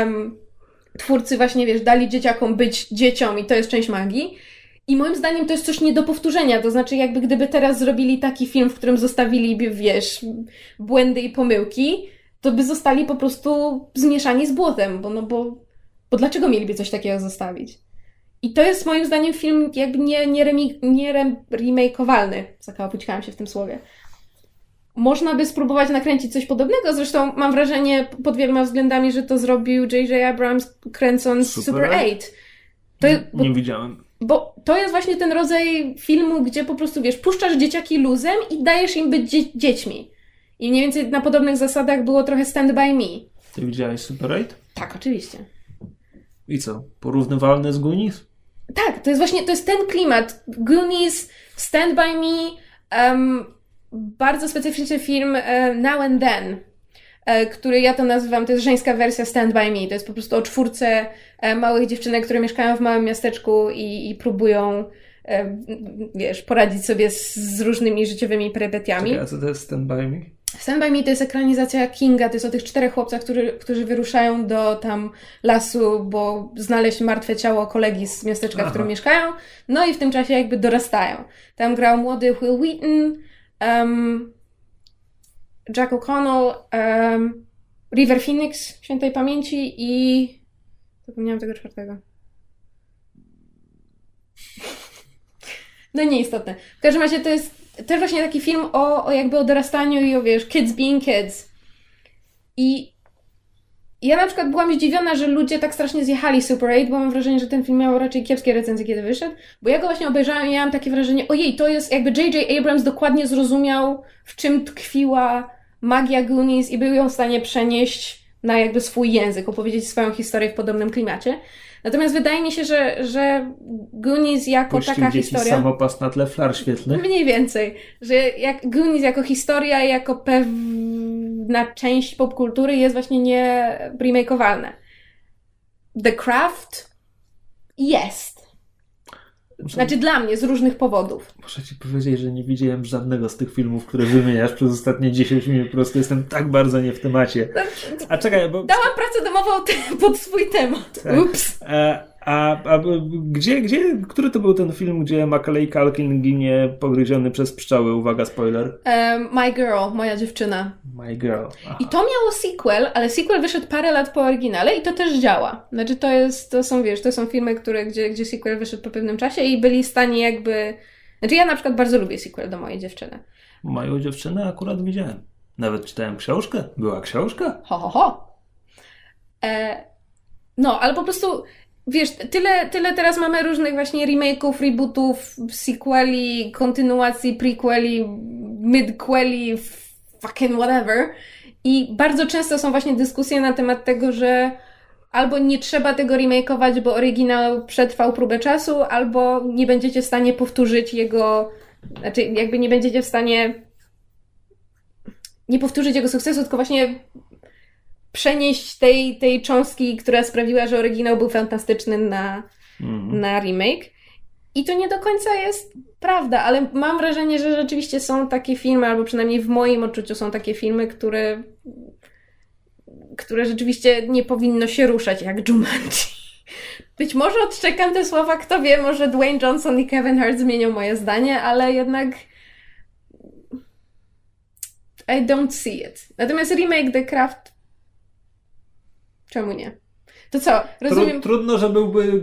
twórcy właśnie, wiesz, dali dzieciakom być dzieciom i to jest część magii. I moim zdaniem to jest coś nie do powtórzenia, to znaczy jakby gdyby teraz zrobili taki film, w którym zostawili, wiesz, błędy i pomyłki, to by zostali po prostu zmieszani z błotem, bo dlaczego mieliby coś takiego zostawić? I to jest moim zdaniem film jakby nie remake'owalny. Zakałapućkałam się w tym słowie. Można by spróbować nakręcić coś podobnego, zresztą mam wrażenie pod wieloma względami, że to zrobił J.J. Abrams kręcąc Super 8. Nie widziałem. Bo to jest właśnie ten rodzaj filmu, gdzie po prostu, wiesz, puszczasz dzieciaki luzem i dajesz im być dziećmi. I mniej więcej na podobnych zasadach było trochę Stand By Me. Ty widziałeś Super 8? Tak, oczywiście. I co? Porównywalne z Goonies? Tak, to jest ten klimat. Goonies, Stand By Me, bardzo specyficzny film Now and Then, który ja to nazywam, to jest żeńska wersja Stand By Me. To jest po prostu o 4 małych dziewczynek, które mieszkają w małym miasteczku i próbują, wiesz, poradzić sobie z różnymi życiowymi perypetiami. Czekaj, a co to jest Stand By Me? Stand By Me to jest ekranizacja Kinga, to jest o tych 4 chłopcach, którzy wyruszają do tam lasu, bo znaleźć martwe ciało kolegi z miasteczka, w którym mieszkają, no i w tym czasie jakby dorastają. Tam grał młody Will Wheaton, Jack O'Connell, River Phoenix świętej pamięci i zapomniałam tego 4. No nieistotne. W każdym razie to jest też właśnie taki film o jakby o dorastaniu i o, wiesz, kids being kids. I ja na przykład byłam zdziwiona, że ludzie tak strasznie zjechali Super 8, bo mam wrażenie, że ten film miał raczej kiepskie recenzje, kiedy wyszedł. Bo ja go właśnie obejrzałam i miałam takie wrażenie, ojej, to jest jakby J.J. Abrams dokładnie zrozumiał, w czym tkwiła magia Goonies i był ją w stanie przenieść na jakby swój język, opowiedzieć swoją historię w podobnym klimacie. Natomiast wydaje mi się, że Goonies jako Puścił taka dzieci historia... samopas na tle flar świetlnych. Mniej więcej. Że Goonies jako historia, jako pewna część popkultury jest właśnie nie remake'owalne. The Craft jest. Znaczy dla mnie, z różnych powodów. Muszę ci powiedzieć, że nie widziałem żadnego z tych filmów, które wymieniasz przez ostatnie 10 minut. Po prostu jestem tak bardzo nie w temacie. A czekaj, bo... Dałam pracę domową pod swój temat. Tak. Ups. Który to był ten film, gdzie Macaulay Culkin ginie pogryziony przez pszczoły? Uwaga, spoiler. My Girl, moja dziewczyna. My Girl. Aha. I to miało sequel, ale sequel wyszedł parę lat po oryginale i to też działa. Znaczy to są filmy, gdzie sequel wyszedł po pewnym czasie i byli w stanie jakby... Znaczy ja na przykład bardzo lubię sequel do mojej dziewczyny. Moją dziewczynę akurat widziałem. Nawet czytałem książkę. Była książka. Ho, ho, ho. No, ale po prostu... Wiesz, tyle teraz mamy różnych właśnie remake'ów, rebootów, sequeli, kontynuacji, prequeli, midqueli, fucking whatever. I bardzo często są właśnie dyskusje na temat tego, że albo nie trzeba tego remake'ować, bo oryginał przetrwał próbę czasu, albo nie będziecie w stanie powtórzyć jego... Znaczy, jakby nie będziecie w stanie nie powtórzyć jego sukcesu, tylko właśnie przenieść tej cząstki, która sprawiła, że oryginał był fantastyczny na remake. I to nie do końca jest prawda, ale mam wrażenie, że rzeczywiście są takie filmy, albo przynajmniej w moim odczuciu są takie filmy, które rzeczywiście nie powinno się ruszać, jak Jumanji. Być może odczekam te słowa, kto wie, może Dwayne Johnson i Kevin Hart zmienią moje zdanie, ale jednak I don't see it. Natomiast remake The Craft, czemu nie? To co? Rozumiem... Trudno, żeby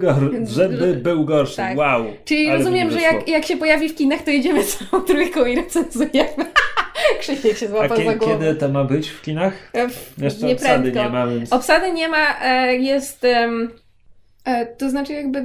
był gorszy. Tak. Wow. Czyli rozumiem, że jak się pojawi w kinach, to idziemy całą trójką i recenzujemy. Krzysiek się złapał za głowę. Kiedy to ma być w kinach? Jeszcze nie obsady prędko. nie ma. Więc... Obsady nie ma. Jest... to znaczy jakby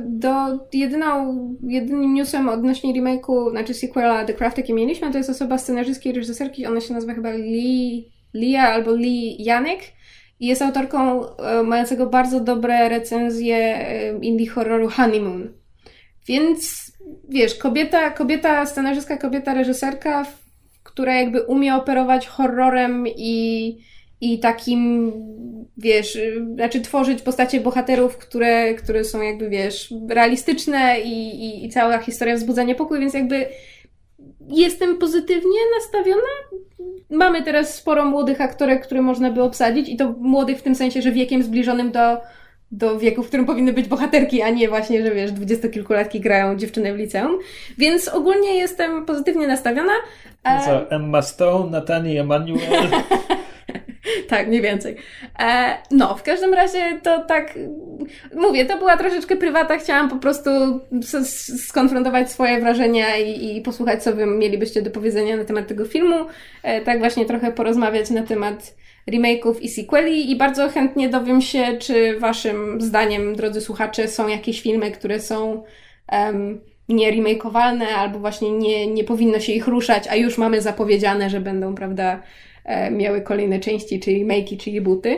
jedynym newsem odnośnie remake'u, znaczy sequela The Craft, jakie mieliśmy, to jest osoba scenarzystki i reżyserki. Ona się nazywa chyba Lia albo Lee Janek. I jest autorką mającego bardzo dobre recenzje indie horroru Honeymoon. Więc wiesz, kobieta scenarzystka, kobieta reżyserka, która jakby umie operować horrorem i takim, wiesz, znaczy tworzyć postacie bohaterów, które są jakby, wiesz, realistyczne i cała historia wzbudza niepokój, więc jakby jestem pozytywnie nastawiona. Mamy teraz sporo młodych aktorek, które można by obsadzić i to młodych w tym sensie, że wiekiem zbliżonym do wieku, w którym powinny być bohaterki, a nie właśnie, że wiesz, 20-kilkulatki grają dziewczyny w liceum. Więc ogólnie jestem pozytywnie nastawiona. Co, Emma Stone, Nathaniel Emanuel? Tak, mniej więcej. No, w każdym razie to tak, mówię, to była troszeczkę prywata, chciałam po prostu skonfrontować swoje wrażenia i posłuchać, co wy mielibyście do powiedzenia na temat tego filmu, tak właśnie trochę porozmawiać na temat remake'ów i sequeli i bardzo chętnie dowiem się, czy waszym zdaniem, drodzy słuchacze, są jakieś filmy, które są nie remake'owalne albo właśnie nie powinno się ich ruszać, a już mamy zapowiedziane, że będą, prawda, miały kolejne części, czy remake'i, czy rebooty.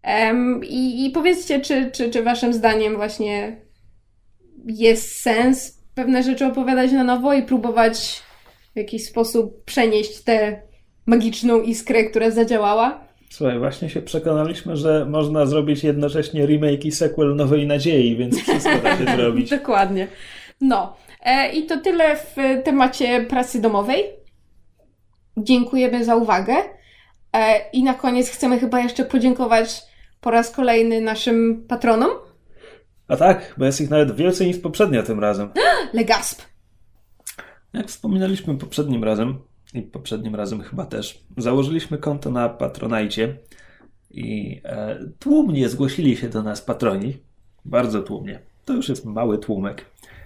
I powiedzcie, czy waszym zdaniem właśnie jest sens pewne rzeczy opowiadać na nowo i próbować w jakiś sposób przenieść tę magiczną iskrę, która zadziałała? Słuchaj, właśnie się przekonaliśmy, że można zrobić jednocześnie remake i sequel Nowej Nadziei, więc wszystko da się zrobić. Dokładnie. No. I to tyle w temacie pracy domowej. Dziękujemy za uwagę. I na koniec chcemy chyba jeszcze podziękować po raz kolejny naszym patronom. A tak, bo jest ich nawet więcej niż poprzednio tym razem. Legasp! Jak wspominaliśmy poprzednim razem, i poprzednim razem chyba też, założyliśmy konto na Patronite i tłumnie zgłosili się do nas patroni. Bardzo tłumnie. To już jest mały tłumek.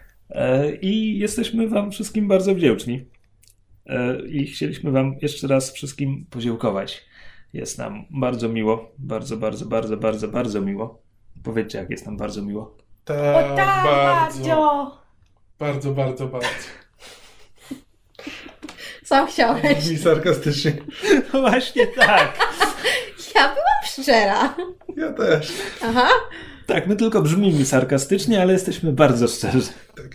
I jesteśmy wam wszystkim bardzo wdzięczni. I chcieliśmy wam jeszcze raz wszystkim podziękować. Jest nam bardzo miło. Bardzo, bardzo, bardzo, bardzo, bardzo miło. Powiedzcie, jak jest nam bardzo miło. Tak, bardzo. Bardzo, bardzo, bardzo. Sam chciałeś. Brzmi sarkastycznie. No właśnie tak. Ja byłam szczera. Ja też. Aha. Tak, my tylko brzmimy sarkastycznie, ale jesteśmy bardzo szczerzy. Tak.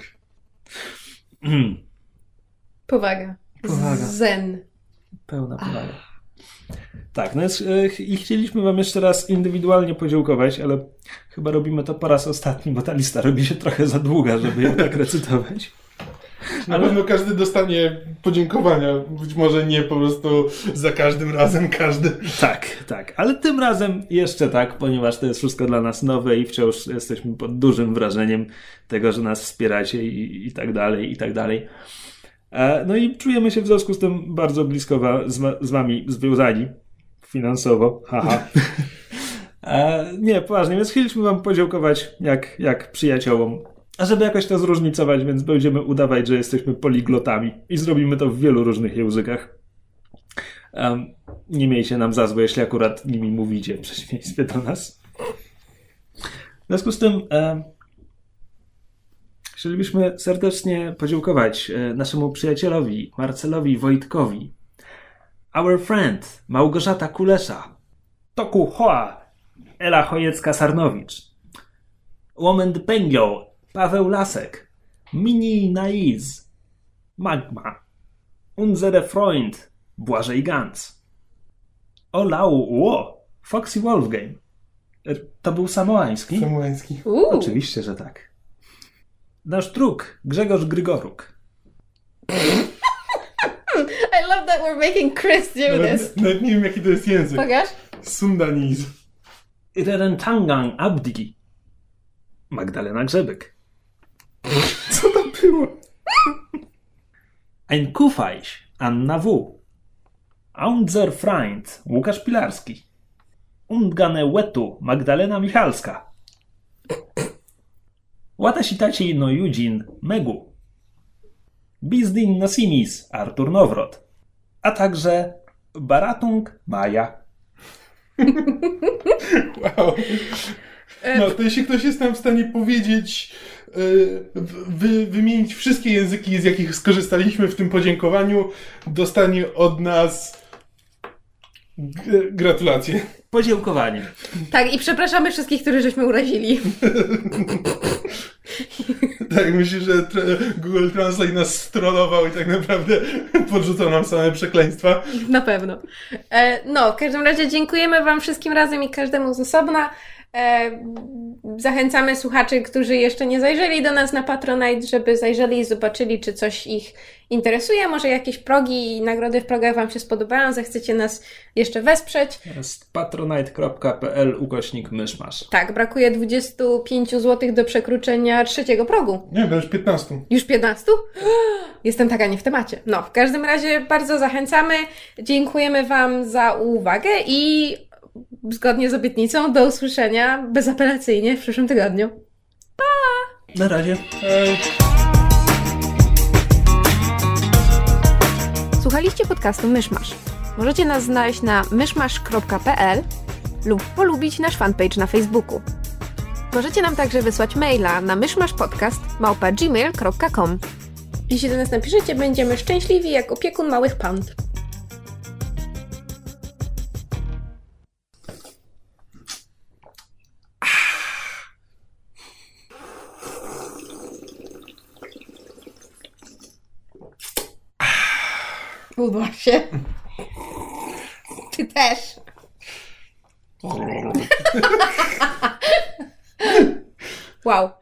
Powaga. Zen. Pełna powaga. Tak, no i chcieliśmy wam jeszcze raz indywidualnie podziękować, ale chyba robimy to po raz ostatni, bo ta lista robi się trochę za długa, żeby ją tak recytować. Na pewno każdy dostanie podziękowania. Być może nie po prostu za każdym razem każdy. Tak. Ale tym razem jeszcze tak, ponieważ to jest wszystko dla nas nowe i wciąż jesteśmy pod dużym wrażeniem tego, że nas wspieracie i tak dalej, i tak dalej. No i czujemy się w związku z tym bardzo blisko z wami związani finansowo. Haha. Nie, poważnie, więc chcieliśmy wam podziękować jak przyjaciołom. A żeby jakoś to zróżnicować, więc będziemy udawać, że jesteśmy poliglotami i zrobimy to w wielu różnych językach. Nie miejcie nam za złe, jeśli akurat nimi mówicie w przeciwieństwie do nas. W związku z tym chcielibyśmy serdecznie podziękować naszemu przyjacielowi Marcelowi Wojtkowi, our friend Małgorzata Kulesza, Toku Hoa, Ela Chojecka-Sarnowicz, Woman Pęgio, Paweł Lasek, Mini Naiz, Magma, Unsere Freund, Błażej Gantz, Olau Ło, Foxy Wolfgame. To był samoański? Samoański. Oczywiście, że tak. Nasz druk, Grzegorz Grygoruk. I love that we're making Chris do this. Nawet nie wiem, jaki to jest język. Pokaż. Sundaniz. Irerentangang Abdi. Magdalena Grzebyk. Co to było? Ein Kufajś, Anna W. Unser Freund, Łukasz Pilarski. Undgane Wetu, Magdalena Michalska. Watashi Tachi no Yujin, Megu. Bizdin Nasimis, Artur Nowrot. A także Baratung Maja. Wow. No, to jeśli ktoś jest nam w stanie powiedzieć, wymienić wszystkie języki, z jakich skorzystaliśmy w tym podziękowaniu, dostanie od nas gratulacje. Podziękowanie. Tak, i przepraszamy wszystkich, których żeśmy urazili. Tak, myślę, że Google Translate nas strollował i tak naprawdę podrzucał nam same przekleństwa. Na pewno. No, w każdym razie dziękujemy wam wszystkim razem i każdemu z osobna. Zachęcamy słuchaczy, którzy jeszcze nie zajrzeli do nas na Patronite, żeby zajrzeli i zobaczyli, czy coś ich interesuje. Może jakieś progi i nagrody w progach wam się spodobają, zechcecie nas jeszcze wesprzeć. To jest patronite.pl/myszmasz. Tak, brakuje 25 zł do przekroczenia 3. progu. Nie, to już 15. Już 15? Jestem taka nie w temacie. No, w każdym razie bardzo zachęcamy. Dziękujemy wam za uwagę i zgodnie z obietnicą do usłyszenia bezapelacyjnie w przyszłym tygodniu. Pa! Na razie. Słuchaliście podcastu Myszmasz. Możecie nas znaleźć na myszmasz.pl lub polubić nasz fanpage na Facebooku. Możecie nam także wysłać maila na myszmaszpodcast@gmail.com. Jeśli do nas napiszecie, będziemy szczęśliwi jak opiekun małych pand. Udła się. Ty też. Wow.